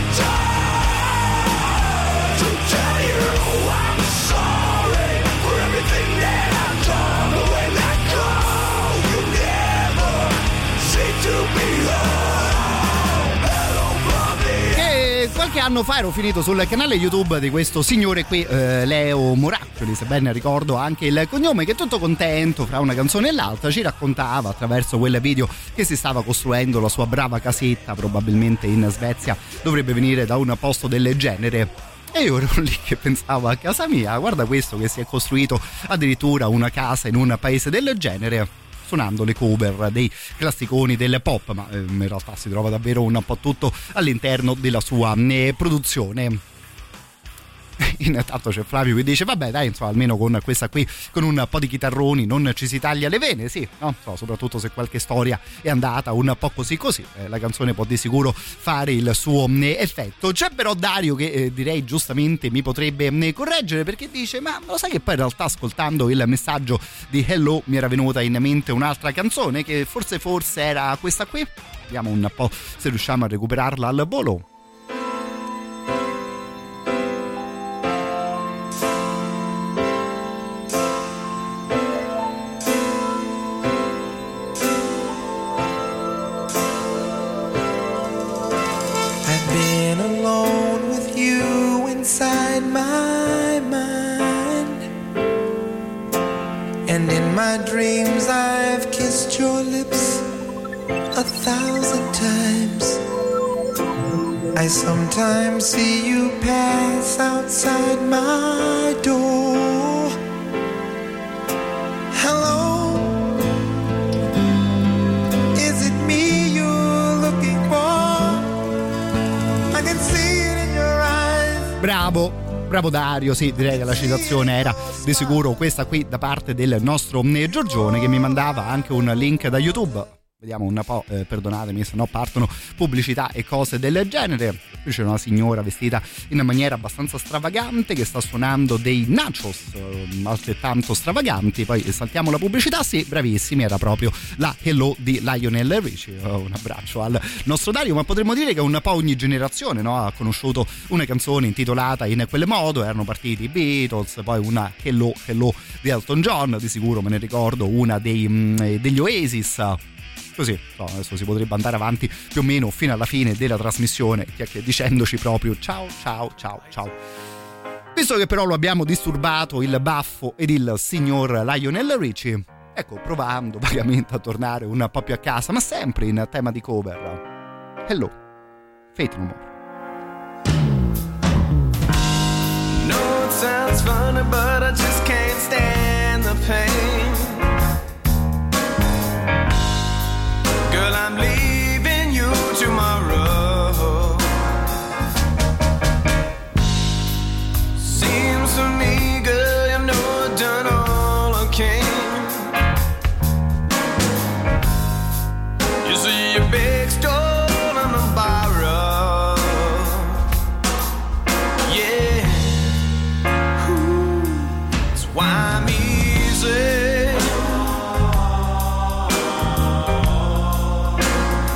times to tell you I'm sorry for everything that I've done. But when I call, you never seem to be home. Hello from the E qualche anno fa ero finito sul canale YouTube di questo signore qui, eh, Leo Moracchioli, se ben ricordo anche il cognome, che tutto contento fra una canzone e l'altra ci raccontava attraverso quel video che si stava costruendo la sua brava casetta, probabilmente in Svezia, dovrebbe venire da un posto del genere. E io ero lì che pensavo, a casa mia, guarda questo che si è costruito addirittura una casa in un paese del genere. suonando le cover dei classiconi del pop, ma eh, in realtà si trova davvero un po' tutto all'interno della sua eh, produzione. Intanto c'è Flavio che dice vabbè dai, insomma, almeno con questa qui, con un po' di chitarroni non ci si taglia le vene, sì, no? So, soprattutto se qualche storia è andata un po' così così, eh, la canzone può di sicuro fare il suo eh, effetto. C'è però Dario che eh, direi giustamente mi potrebbe eh, correggere, perché dice ma lo sai che poi in realtà ascoltando il messaggio di Hello mi era venuta in mente un'altra canzone che forse forse era questa qui, vediamo un po' se riusciamo a recuperarla al volo. Inside my mind, and in my dreams I've kissed your lips a thousand times. I sometimes see you pass outside my door. Hello, is it me you're looking for? I can see it in your eyes. Bravo, bravo Dario, sì, direi che la citazione era di sicuro questa qui da parte del nostro Giorgione, che mi mandava anche un link da YouTube. Vediamo un po', eh, perdonatemi se no partono pubblicità e cose del genere. Qui c'è una signora vestita in maniera abbastanza stravagante che sta suonando dei nachos eh, altrettanto stravaganti. Poi saltiamo la pubblicità, sì, bravissimi, era proprio la Hello di Lionel Richie. Oh, un abbraccio al nostro Dario, ma potremmo dire che un po' ogni generazione, no, ha conosciuto una canzone intitolata in quel modo. Erano partiti i Beatles, poi una Hello Hello di Elton John, di sicuro me ne ricordo una dei, mh, degli Oasis. Così, no, adesso si potrebbe andare avanti più o meno fino alla fine della trasmissione dicendoci proprio ciao ciao ciao ciao. Visto che però lo abbiamo disturbato il baffo ed il signor Lionel Richie, ecco, provando vagamente a tornare un po' più a casa, ma sempre in tema di cover. Hello, Faith No More. No, it sounds funny, but I just can't stand the pain. Girl, I'm leaving you tomorrow. Seems to me, girl, you know I've done all I can. You see your big stole and a borrow. Yeah. Ooh, that's why I'm easy.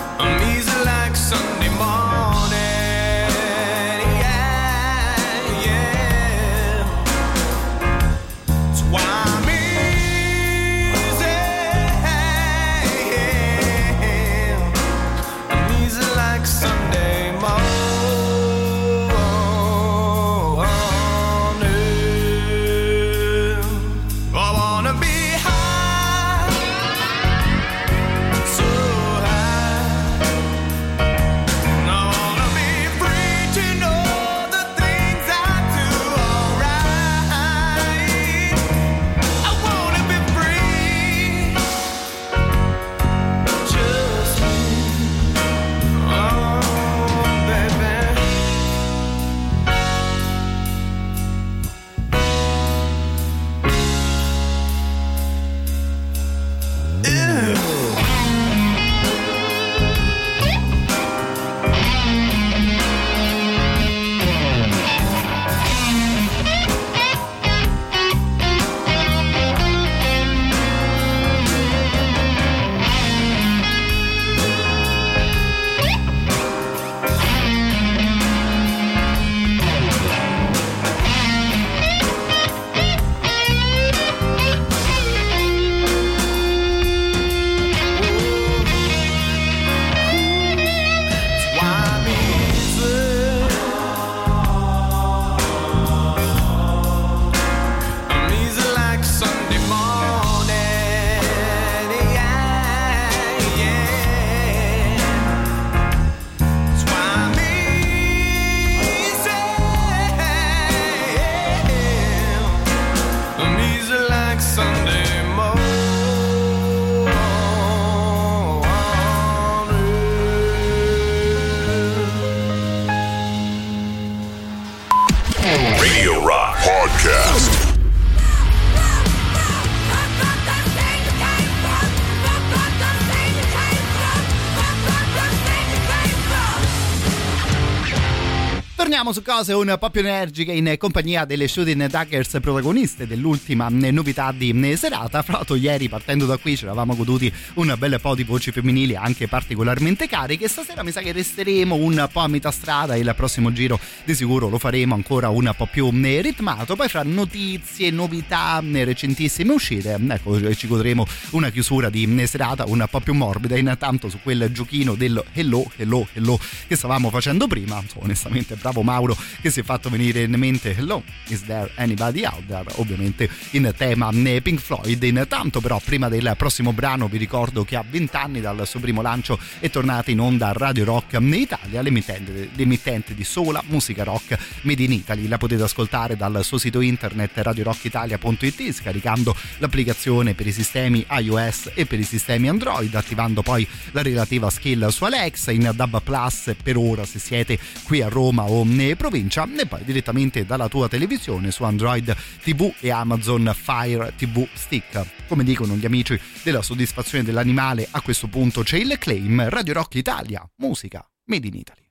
Torniamo su cose un po' più energiche in compagnia delle Shooting Daggers, protagoniste dell'ultima novità di serata. Fra l'altro ieri, partendo da qui, ci eravamo goduti un bel po' di voci femminili anche particolarmente cariche. Stasera mi sa che resteremo un po' a metà strada, il prossimo giro di sicuro lo faremo ancora un po' più ritmato. Poi fra notizie, novità, recentissime uscite, ecco, ci godremo una chiusura di serata un po' più morbida. Intanto su quel giochino del hello, hello, hello che stavamo facendo prima, insomma, onestamente bravo Mauro che si è fatto venire in mente hello, is there anybody out there, ovviamente in tema Pink Floyd. Intanto però prima del prossimo brano vi ricordo che a venti anni dal suo primo lancio è tornata in onda Radio Rock Italia, l'emittente, l'emittente di sola musica rock made in Italy. La potete ascoltare dal suo sito internet radio rock italia punto it, scaricando l'applicazione per i sistemi iOS e per i sistemi Android, attivando poi la relativa skill su Alexa, in D A B Plus per ora se siete qui a Roma o provincia, e poi direttamente dalla tua televisione su Android T V e Amazon Fire T V Stick. Come dicono gli amici della soddisfazione dell'animale, a questo punto c'è il claim Radio Rock Italia, musica made in Italy.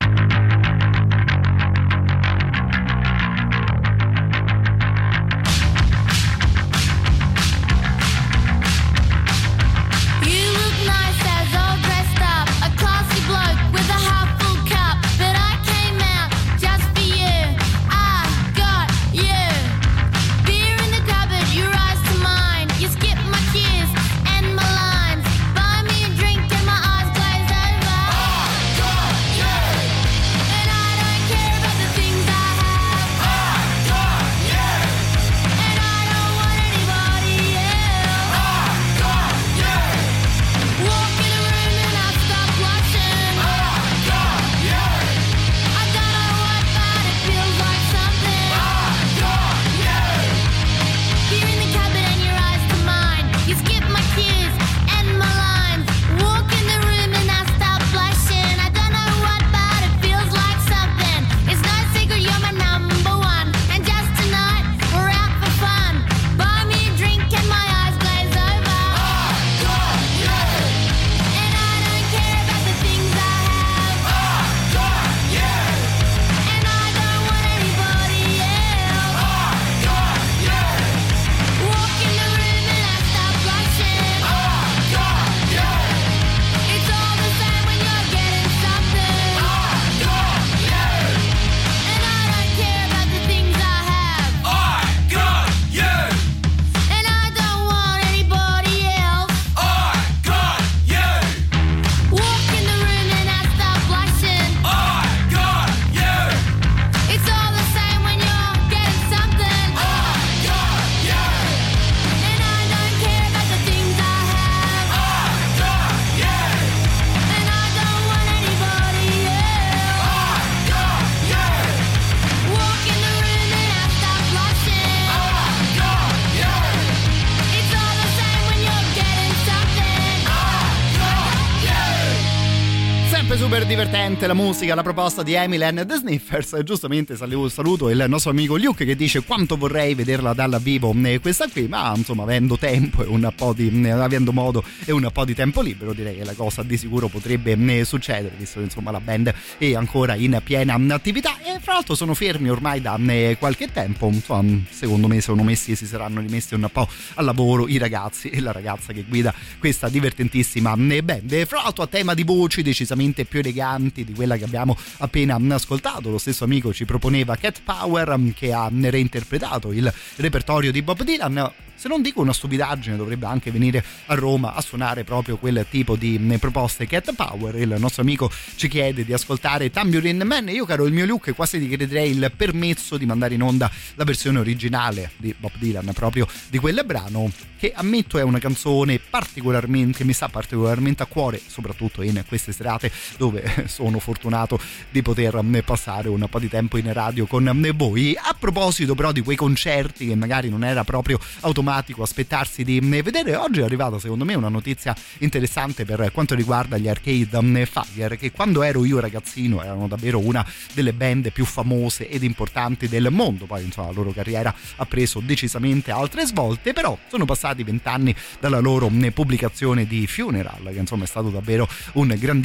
Super divertente la musica, la proposta di Emily and the Sniffers. Giustamente saluto il nostro amico Luke che dice quanto vorrei vederla dal vivo questa qui, ma insomma avendo tempo e un po' di avendo modo e un po' di tempo libero direi che la cosa di sicuro potrebbe succedere, visto che insomma la band è ancora in piena attività e fra l'altro sono fermi ormai da qualche tempo. Insomma, secondo me sono messi si saranno rimessi un po' al lavoro i ragazzi e la ragazza che guida questa divertentissima band. Fra l'altro a tema di voci decisamente più eleganti di quella che abbiamo appena ascoltato, lo stesso amico ci proponeva Cat Power, che ha reinterpretato il repertorio di Bob Dylan. Se non dico una stupidaggine, dovrebbe anche venire a Roma a suonare proprio quel tipo di proposte. Cat Power. Il nostro amico ci chiede di ascoltare Tambourine Man e io, caro il mio Luke, quasi ti chiederei il permesso di mandare in onda la versione originale di Bob Dylan proprio di quel brano, che ammetto è una canzone particolarmente che mi sta particolarmente a cuore, soprattutto in queste serate dove sono fortunato di poter passare un po' di tempo in radio con voi. A proposito però di quei concerti che magari non era proprio automatico aspettarsi di vedere, oggi è arrivata secondo me una notizia interessante per quanto riguarda gli Arcade Fire, che quando ero io ragazzino erano davvero una delle band più famose ed importanti del mondo. Poi insomma la loro carriera ha preso decisamente altre svolte, però sono passati vent'anni dalla loro pubblicazione di Funeral, che insomma è stato davvero un grandissimo disco.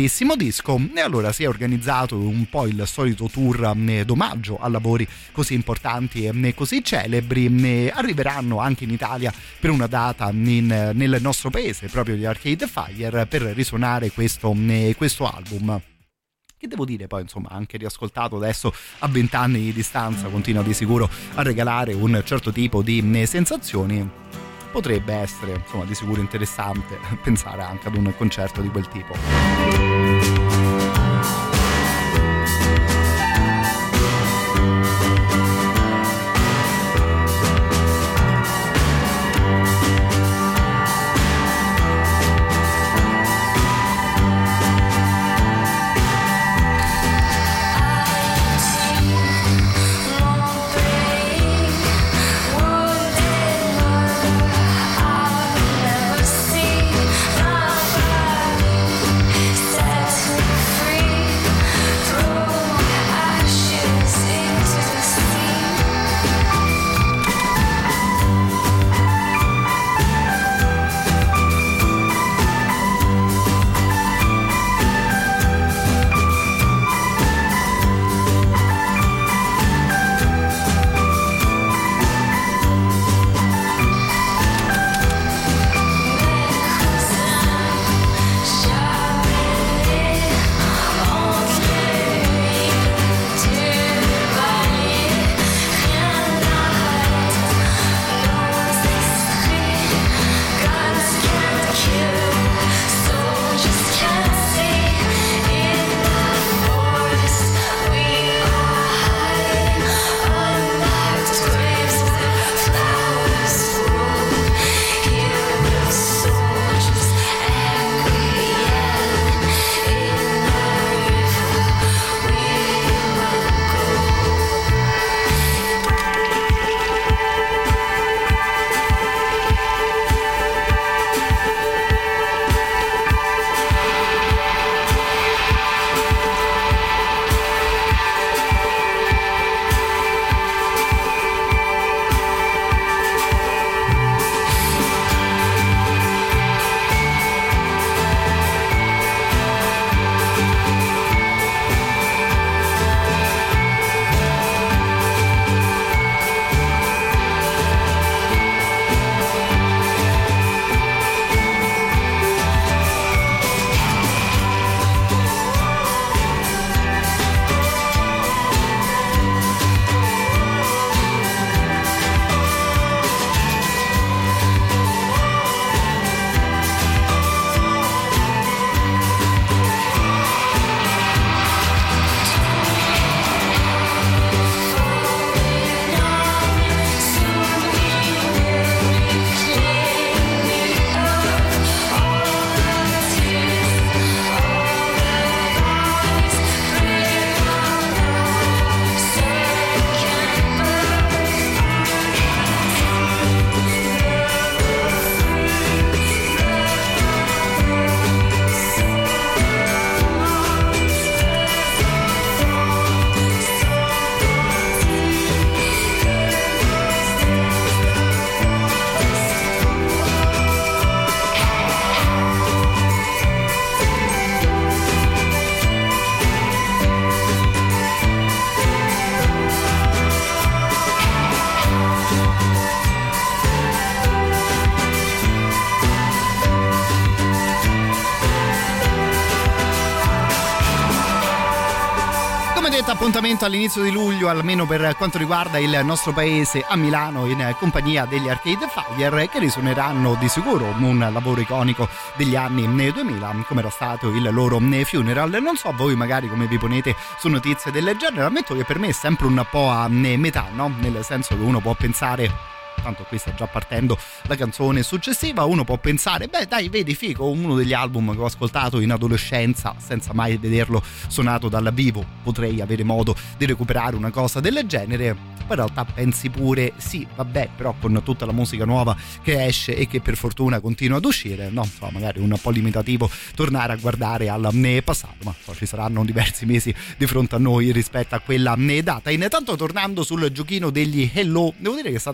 disco, e allora si è organizzato un po' il solito tour d'omaggio a lavori così importanti e così celebri. Arriveranno anche in Italia per una data in, nel nostro paese, proprio gli Arcade Fire, per risuonare questo, questo album, che devo dire poi insomma anche riascoltato adesso a vent'anni di distanza continua di sicuro a regalare un certo tipo di sensazioni. Potrebbe essere insomma di sicuro interessante pensare anche ad un concerto di quel tipo. Appuntamento all'inizio di luglio, almeno per quanto riguarda il nostro paese, a Milano in compagnia degli Arcade Fire, che risuoneranno di sicuro un lavoro iconico degli anni duemila come era stato il loro Funeral. Non so voi magari come vi ponete su notizie del genere, ammetto che per me è sempre un po' a metà, no? Nel senso che uno può pensare, tanto qui sta già partendo la canzone successiva, uno può pensare, beh dai, vedi, figo, uno degli album che ho ascoltato in adolescenza senza mai vederlo suonato dal vivo, potrei avere modo di recuperare una cosa del genere. Poi in realtà pensi pure, sì, vabbè, però con tutta la musica nuova che esce e che per fortuna continua ad uscire, no, so, magari un po' limitativo tornare a guardare al passato, ma so, ci saranno diversi mesi di fronte a noi rispetto a quella data. Intanto, tornando sul giochino degli Hello, devo dire che è stata una cosa divertente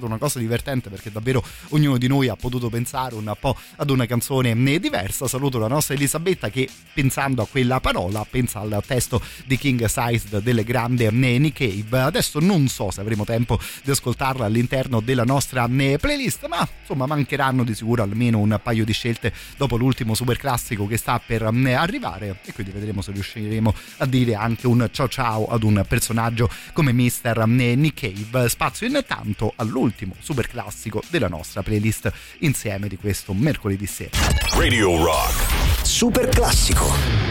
divertente perché davvero ognuno di noi ha potuto pensare un po' ad una canzone diversa. Saluto la nostra Elisabetta che, pensando a quella parola, pensa al testo di King Sized del grande Nick Cave. Adesso non so se avremo tempo di ascoltarla all'interno della nostra playlist, ma insomma mancheranno di sicuro almeno un paio di scelte dopo l'ultimo super classico che sta per arrivare, e quindi vedremo se riusciremo a dire anche un ciao ciao ad un personaggio come mister Nick Cave. Spazio intanto all'ultimo super classico della nostra playlist insieme di questo mercoledì sera. Radio Rock Super classico.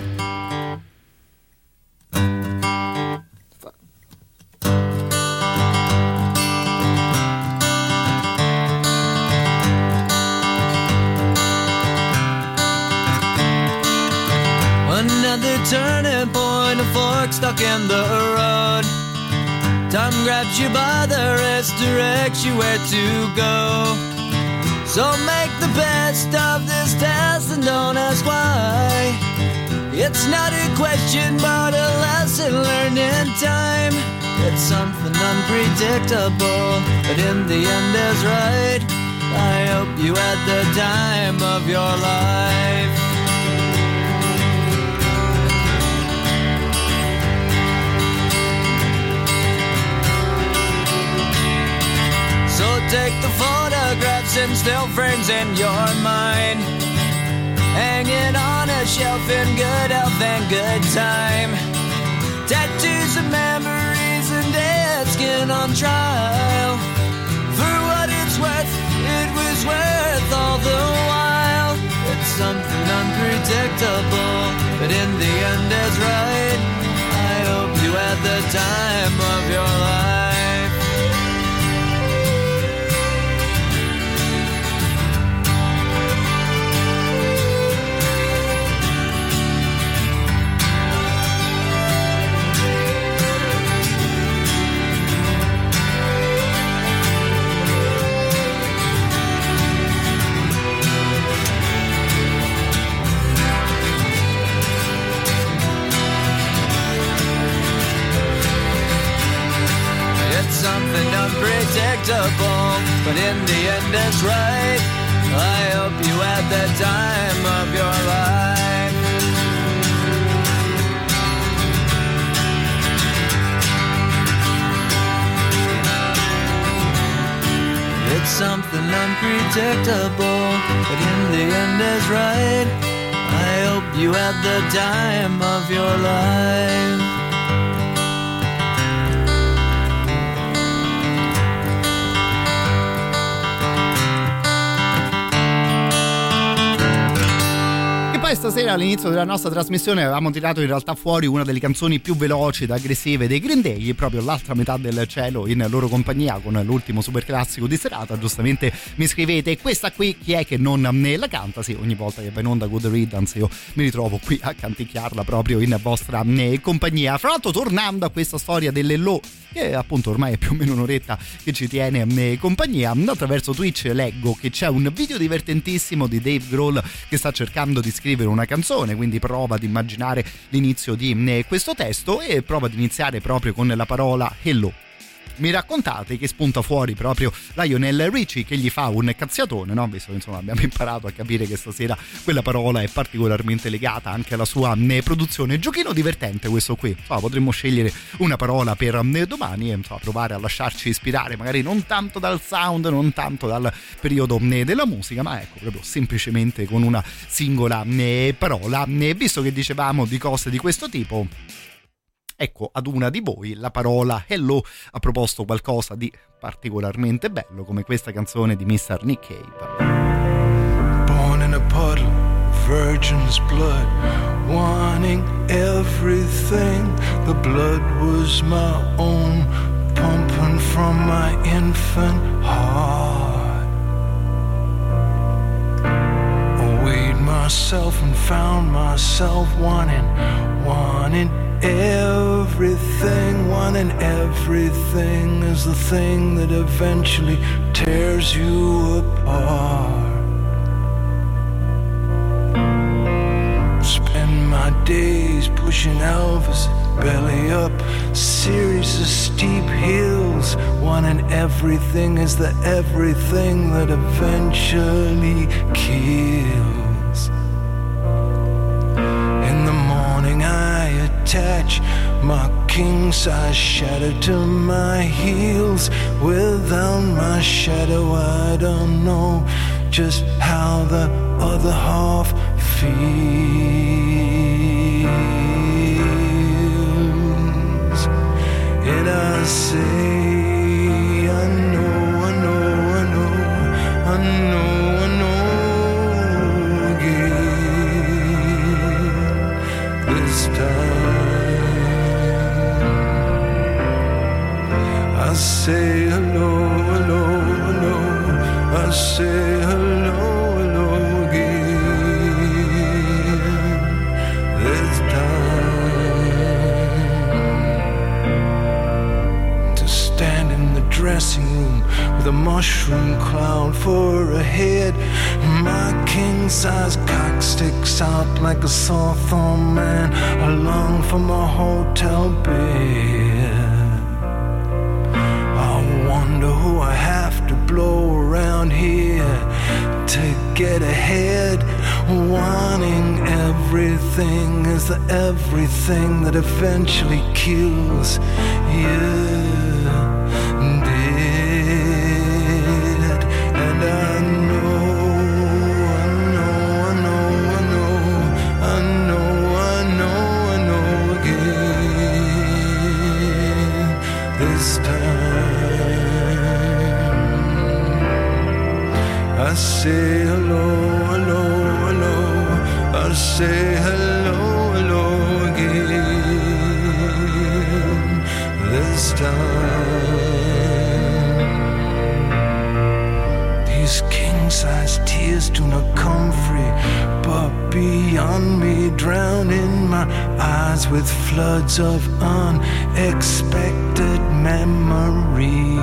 Another turning point, a fork stuck in the road. Time grabs you by the wrist, directs you where to go. So make the best of this test and don't ask why. It's not a question but a lesson learned in time. It's something unpredictable, but in the end is right. I hope you had the time of your life. So take the photographs and still frames in your mind, hanging on a shelf in good health and good time. Tattoos of memories and dead skin on trial. For what it's worth, it was worth all the while. It's something unpredictable, but in the end is right. I hope you had the time of your life. Something unpredictable, but in the end it's right. I hope you had the time of your life. It's something unpredictable, but in the end is right. I hope you had the time of your life. Stasera all'inizio della nostra trasmissione avevamo tirato in realtà fuori una delle canzoni più veloci ed aggressive dei Green Day, proprio l'altra metà del cielo in loro compagnia con l'ultimo super classico di serata. Giustamente mi scrivete: questa qui chi è che non ne la canta? Sì, ogni volta che va in onda Good Riddance io mi ritrovo qui a canticchiarla proprio in vostra compagnia. Fra l'altro, tornando a questa storia delle Low, che appunto ormai è più o meno un'oretta che ci tiene compagnia, attraverso Twitch leggo che c'è un video divertentissimo di Dave Grohl che sta cercando di scrivere una canzone, quindi prova ad immaginare l'inizio di questo testo e prova ad iniziare proprio con la parola hello. Mi raccontate che spunta fuori proprio Lionel Richie che gli fa un cazziatone, no? Visto che insomma abbiamo imparato a capire che stasera quella parola è particolarmente legata anche alla sua produzione. Giochino divertente questo qui, insomma, potremmo scegliere una parola per domani e insomma, provare a lasciarci ispirare magari non tanto dal sound, non tanto dal periodo della musica, ma ecco proprio semplicemente con una singola parola. Visto che dicevamo di cose di questo tipo, ecco ad una di voi la parola hello ha proposto qualcosa di particolarmente bello come questa canzone di mister Nick Cave. Born in a puddle, virgin's blood, wanting everything. The blood was my own, pumping from my infant heart. I weighed myself and found myself wanting, wanting everything, wanting everything is the thing that eventually tears you apart. Spend my days pushing Elvis belly up, series of steep hills. One and everything is the everything that eventually kills. In the morning I attach my king-size shadow to my heels. Without my shadow I don't know just how the other half feels. And I say, I know, I know, I know, I know, I know again. This time I say hello, hello, hello. I say hello, hello again. This time to stand in the dressing room with a mushroom cloud for a head. My king-size cock sticks out like a sore thumb, man. I long for my hotel bed. I wonder who I have to blow around here to get ahead. Wanting everything is the everything that eventually kills you dead. And I know, I know, I know, I know, I know, I know, I know again. This time I say hello, hello, hello. I say hello, hello again. This time these king-size tears do not come free, but beyond me, drown in my eyes with floods of unexpected memory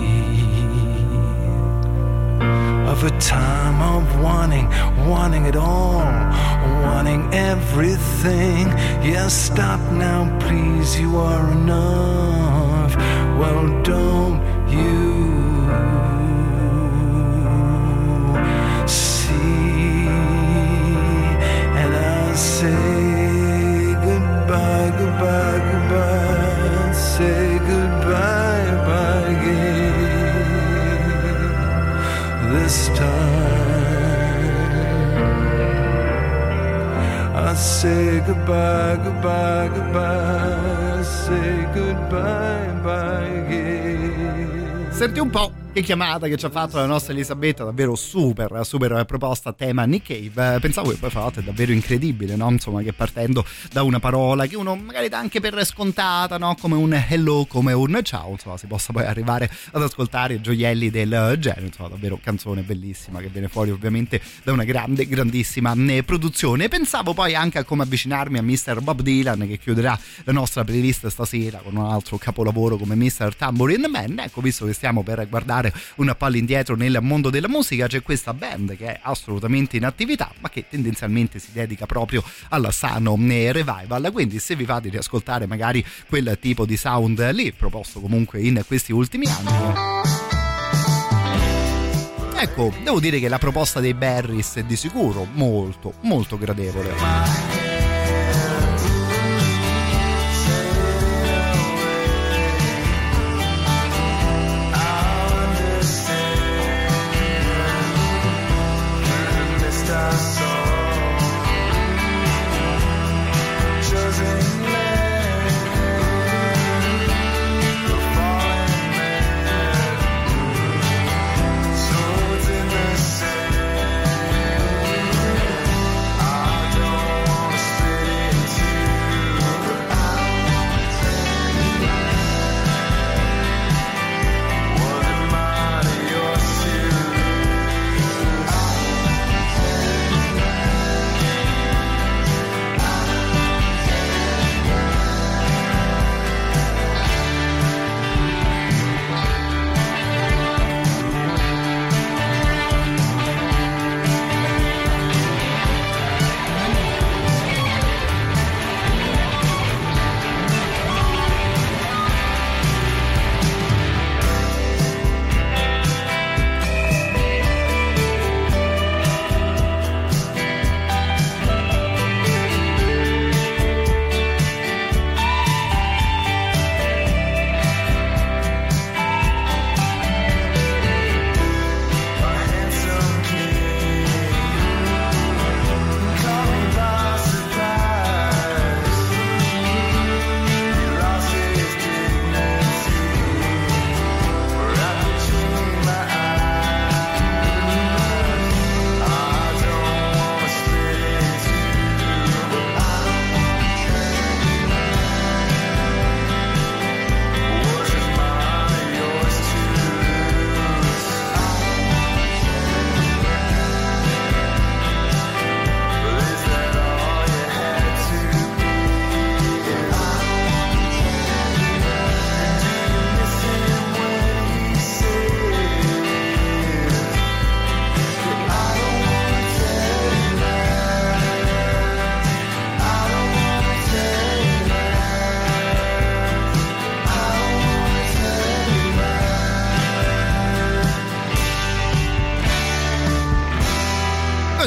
of a time of wanting, wanting it all, wanting everything. Yes, stop now, please, you are enough. Well, don't you see? And I say goodbye, goodbye, goodbye. Say goodbye, bye again. This time I say goodbye, goodbye, goodbye. I say goodbye, bye again. Senti un po' che chiamata che ci ha fatto la nostra Elisabetta, davvero super, super proposta a tema Nick Cave. Pensavo che poi fra l'altro è davvero incredibile, no? Insomma, che partendo da una parola che uno magari dà anche per scontata, no? Come un hello, come un ciao, insomma, si possa poi arrivare ad ascoltare gioielli del genere. Insomma, davvero canzone bellissima che viene fuori ovviamente da una grande, grandissima produzione. Pensavo poi anche a come avvicinarmi a mister Bob Dylan, che chiuderà la nostra playlist stasera con un altro capolavoro come mister Tambourine Man. Ecco, visto che stiamo per guardare un po' all'indietro nel mondo della musica, c'è questa band che è assolutamente in attività ma che tendenzialmente si dedica proprio al sano revival, quindi se vi va di riascoltare magari quel tipo di sound lì proposto comunque in questi ultimi anni, ecco, devo dire che la proposta dei Berries è di sicuro molto molto gradevole. I don't wanna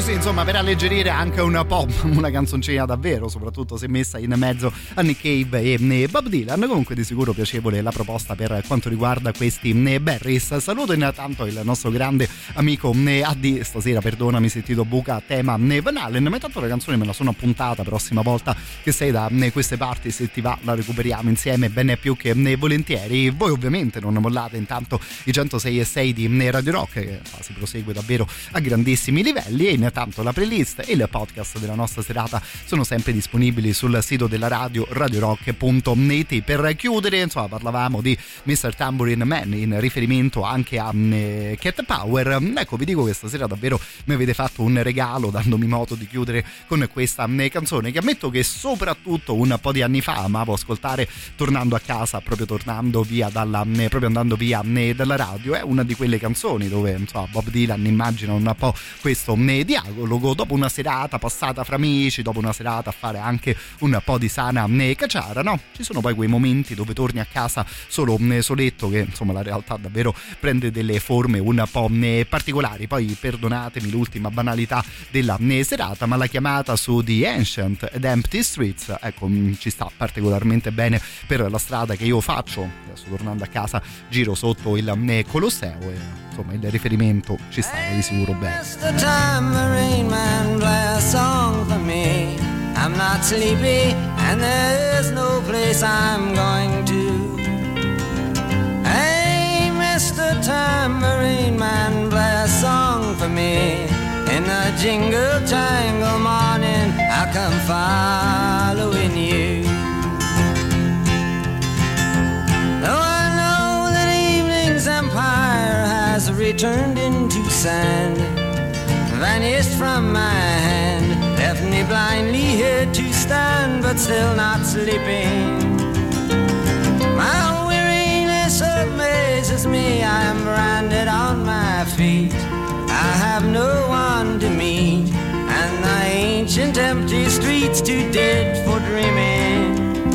così, insomma, per alleggerire anche un po' una canzoncina davvero, soprattutto se messa in mezzo a Nick Cave e Bob Dylan. Comunque di sicuro piacevole la proposta per quanto riguarda questi Berries. Saluto intanto il nostro grande amico A D, stasera perdonami se ti do buca tema Van Halen, ma intanto la canzone me la sono appuntata, prossima volta che sei da queste parti, se ti va la recuperiamo insieme ben più che volentieri. Voi ovviamente non mollate intanto i centosei e sei di Radio Rock, che si prosegue davvero a grandissimi livelli, e intanto la playlist e il podcast della nostra serata sono sempre disponibili sul sito della radio, radio rock punto net. Per chiudere, insomma, parlavamo di mister Tambourine Man in riferimento anche a eh, Cat Power. Ecco, vi dico che stasera davvero mi avete fatto un regalo dandomi modo di chiudere con questa eh, canzone, che ammetto che soprattutto un po' di anni fa amavo ascoltare tornando a casa, proprio tornando via dalla eh, proprio andando via eh, dalla radio. È una di quelle canzoni dove, insomma, Bob Dylan immagina un po' questo eh, dialogo dopo una serata passata fra amici, dopo una serata a fare anche un po' di sana eh, caciara, no? Ci sono poi quei momenti dove torni a casa solo eh, soletto, che insomma la realtà davvero prende delle forme un po' eh, particolari. Poi perdonatemi l'ultima banalità della eh, serata, ma la chiamata su The Ancient ed Empty Streets, ecco, mh, ci sta particolarmente bene per la strada che io faccio. Adesso tornando a casa giro sotto il eh, Colosseo e insomma il riferimento ci stava di sicuro bene. The time the rain man play a song for me. I'm not sleepy and there's no place I'm going to. Hey, Mister Tambourine Man, play a song for me. In the jingle jangle morning I'll come following you. Though I know that evening's empire has returned into sand, vanished from my hand, left me blindly here to stand, but still not sleeping. My weariness amazes me, I am branded on my feet, I have no one to meet, and the ancient empty streets too dead for dreaming.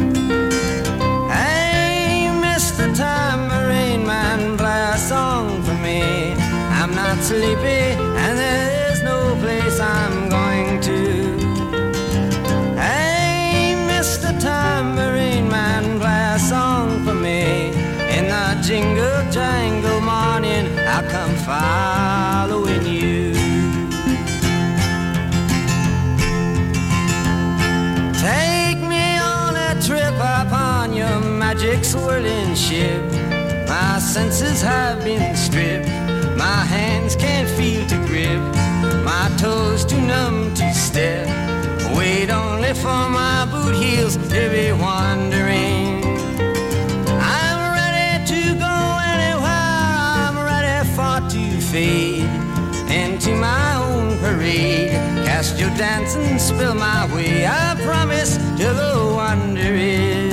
Hey, Mister Tambourine Man, play a song for me. I'm not sleepy and there's no place I'm going to. Hey, Mister Tambourine Man, play a song for me. In the jingle jangle morning I'll come following you. Take me on a trip upon your magic swirling ship. My senses have been stripped, my hands can't feel to grip, my toes too numb to step. Wait only for my boot heels to be wandering. I'm ready to go anywhere, I'm ready for to fade into my own parade. Cast your dance and spill my way, I promise to go wandering.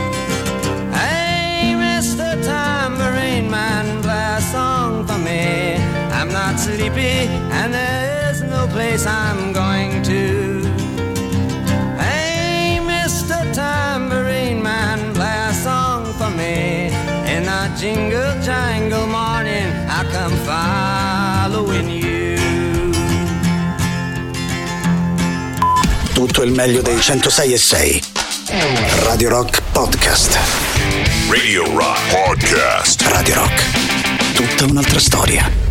Hey, Mister Tambourine Man, play a song for me. I'm not sleepy and there's no place I'm going to. Hey, Mister Tambourine Man, play a song for me. In a jingle jangle morning I come following you. Tutto il meglio dei centosei e sei. Radio Rock Podcast. Radio Rock Podcast. Radio Rock. Tutta un'altra storia.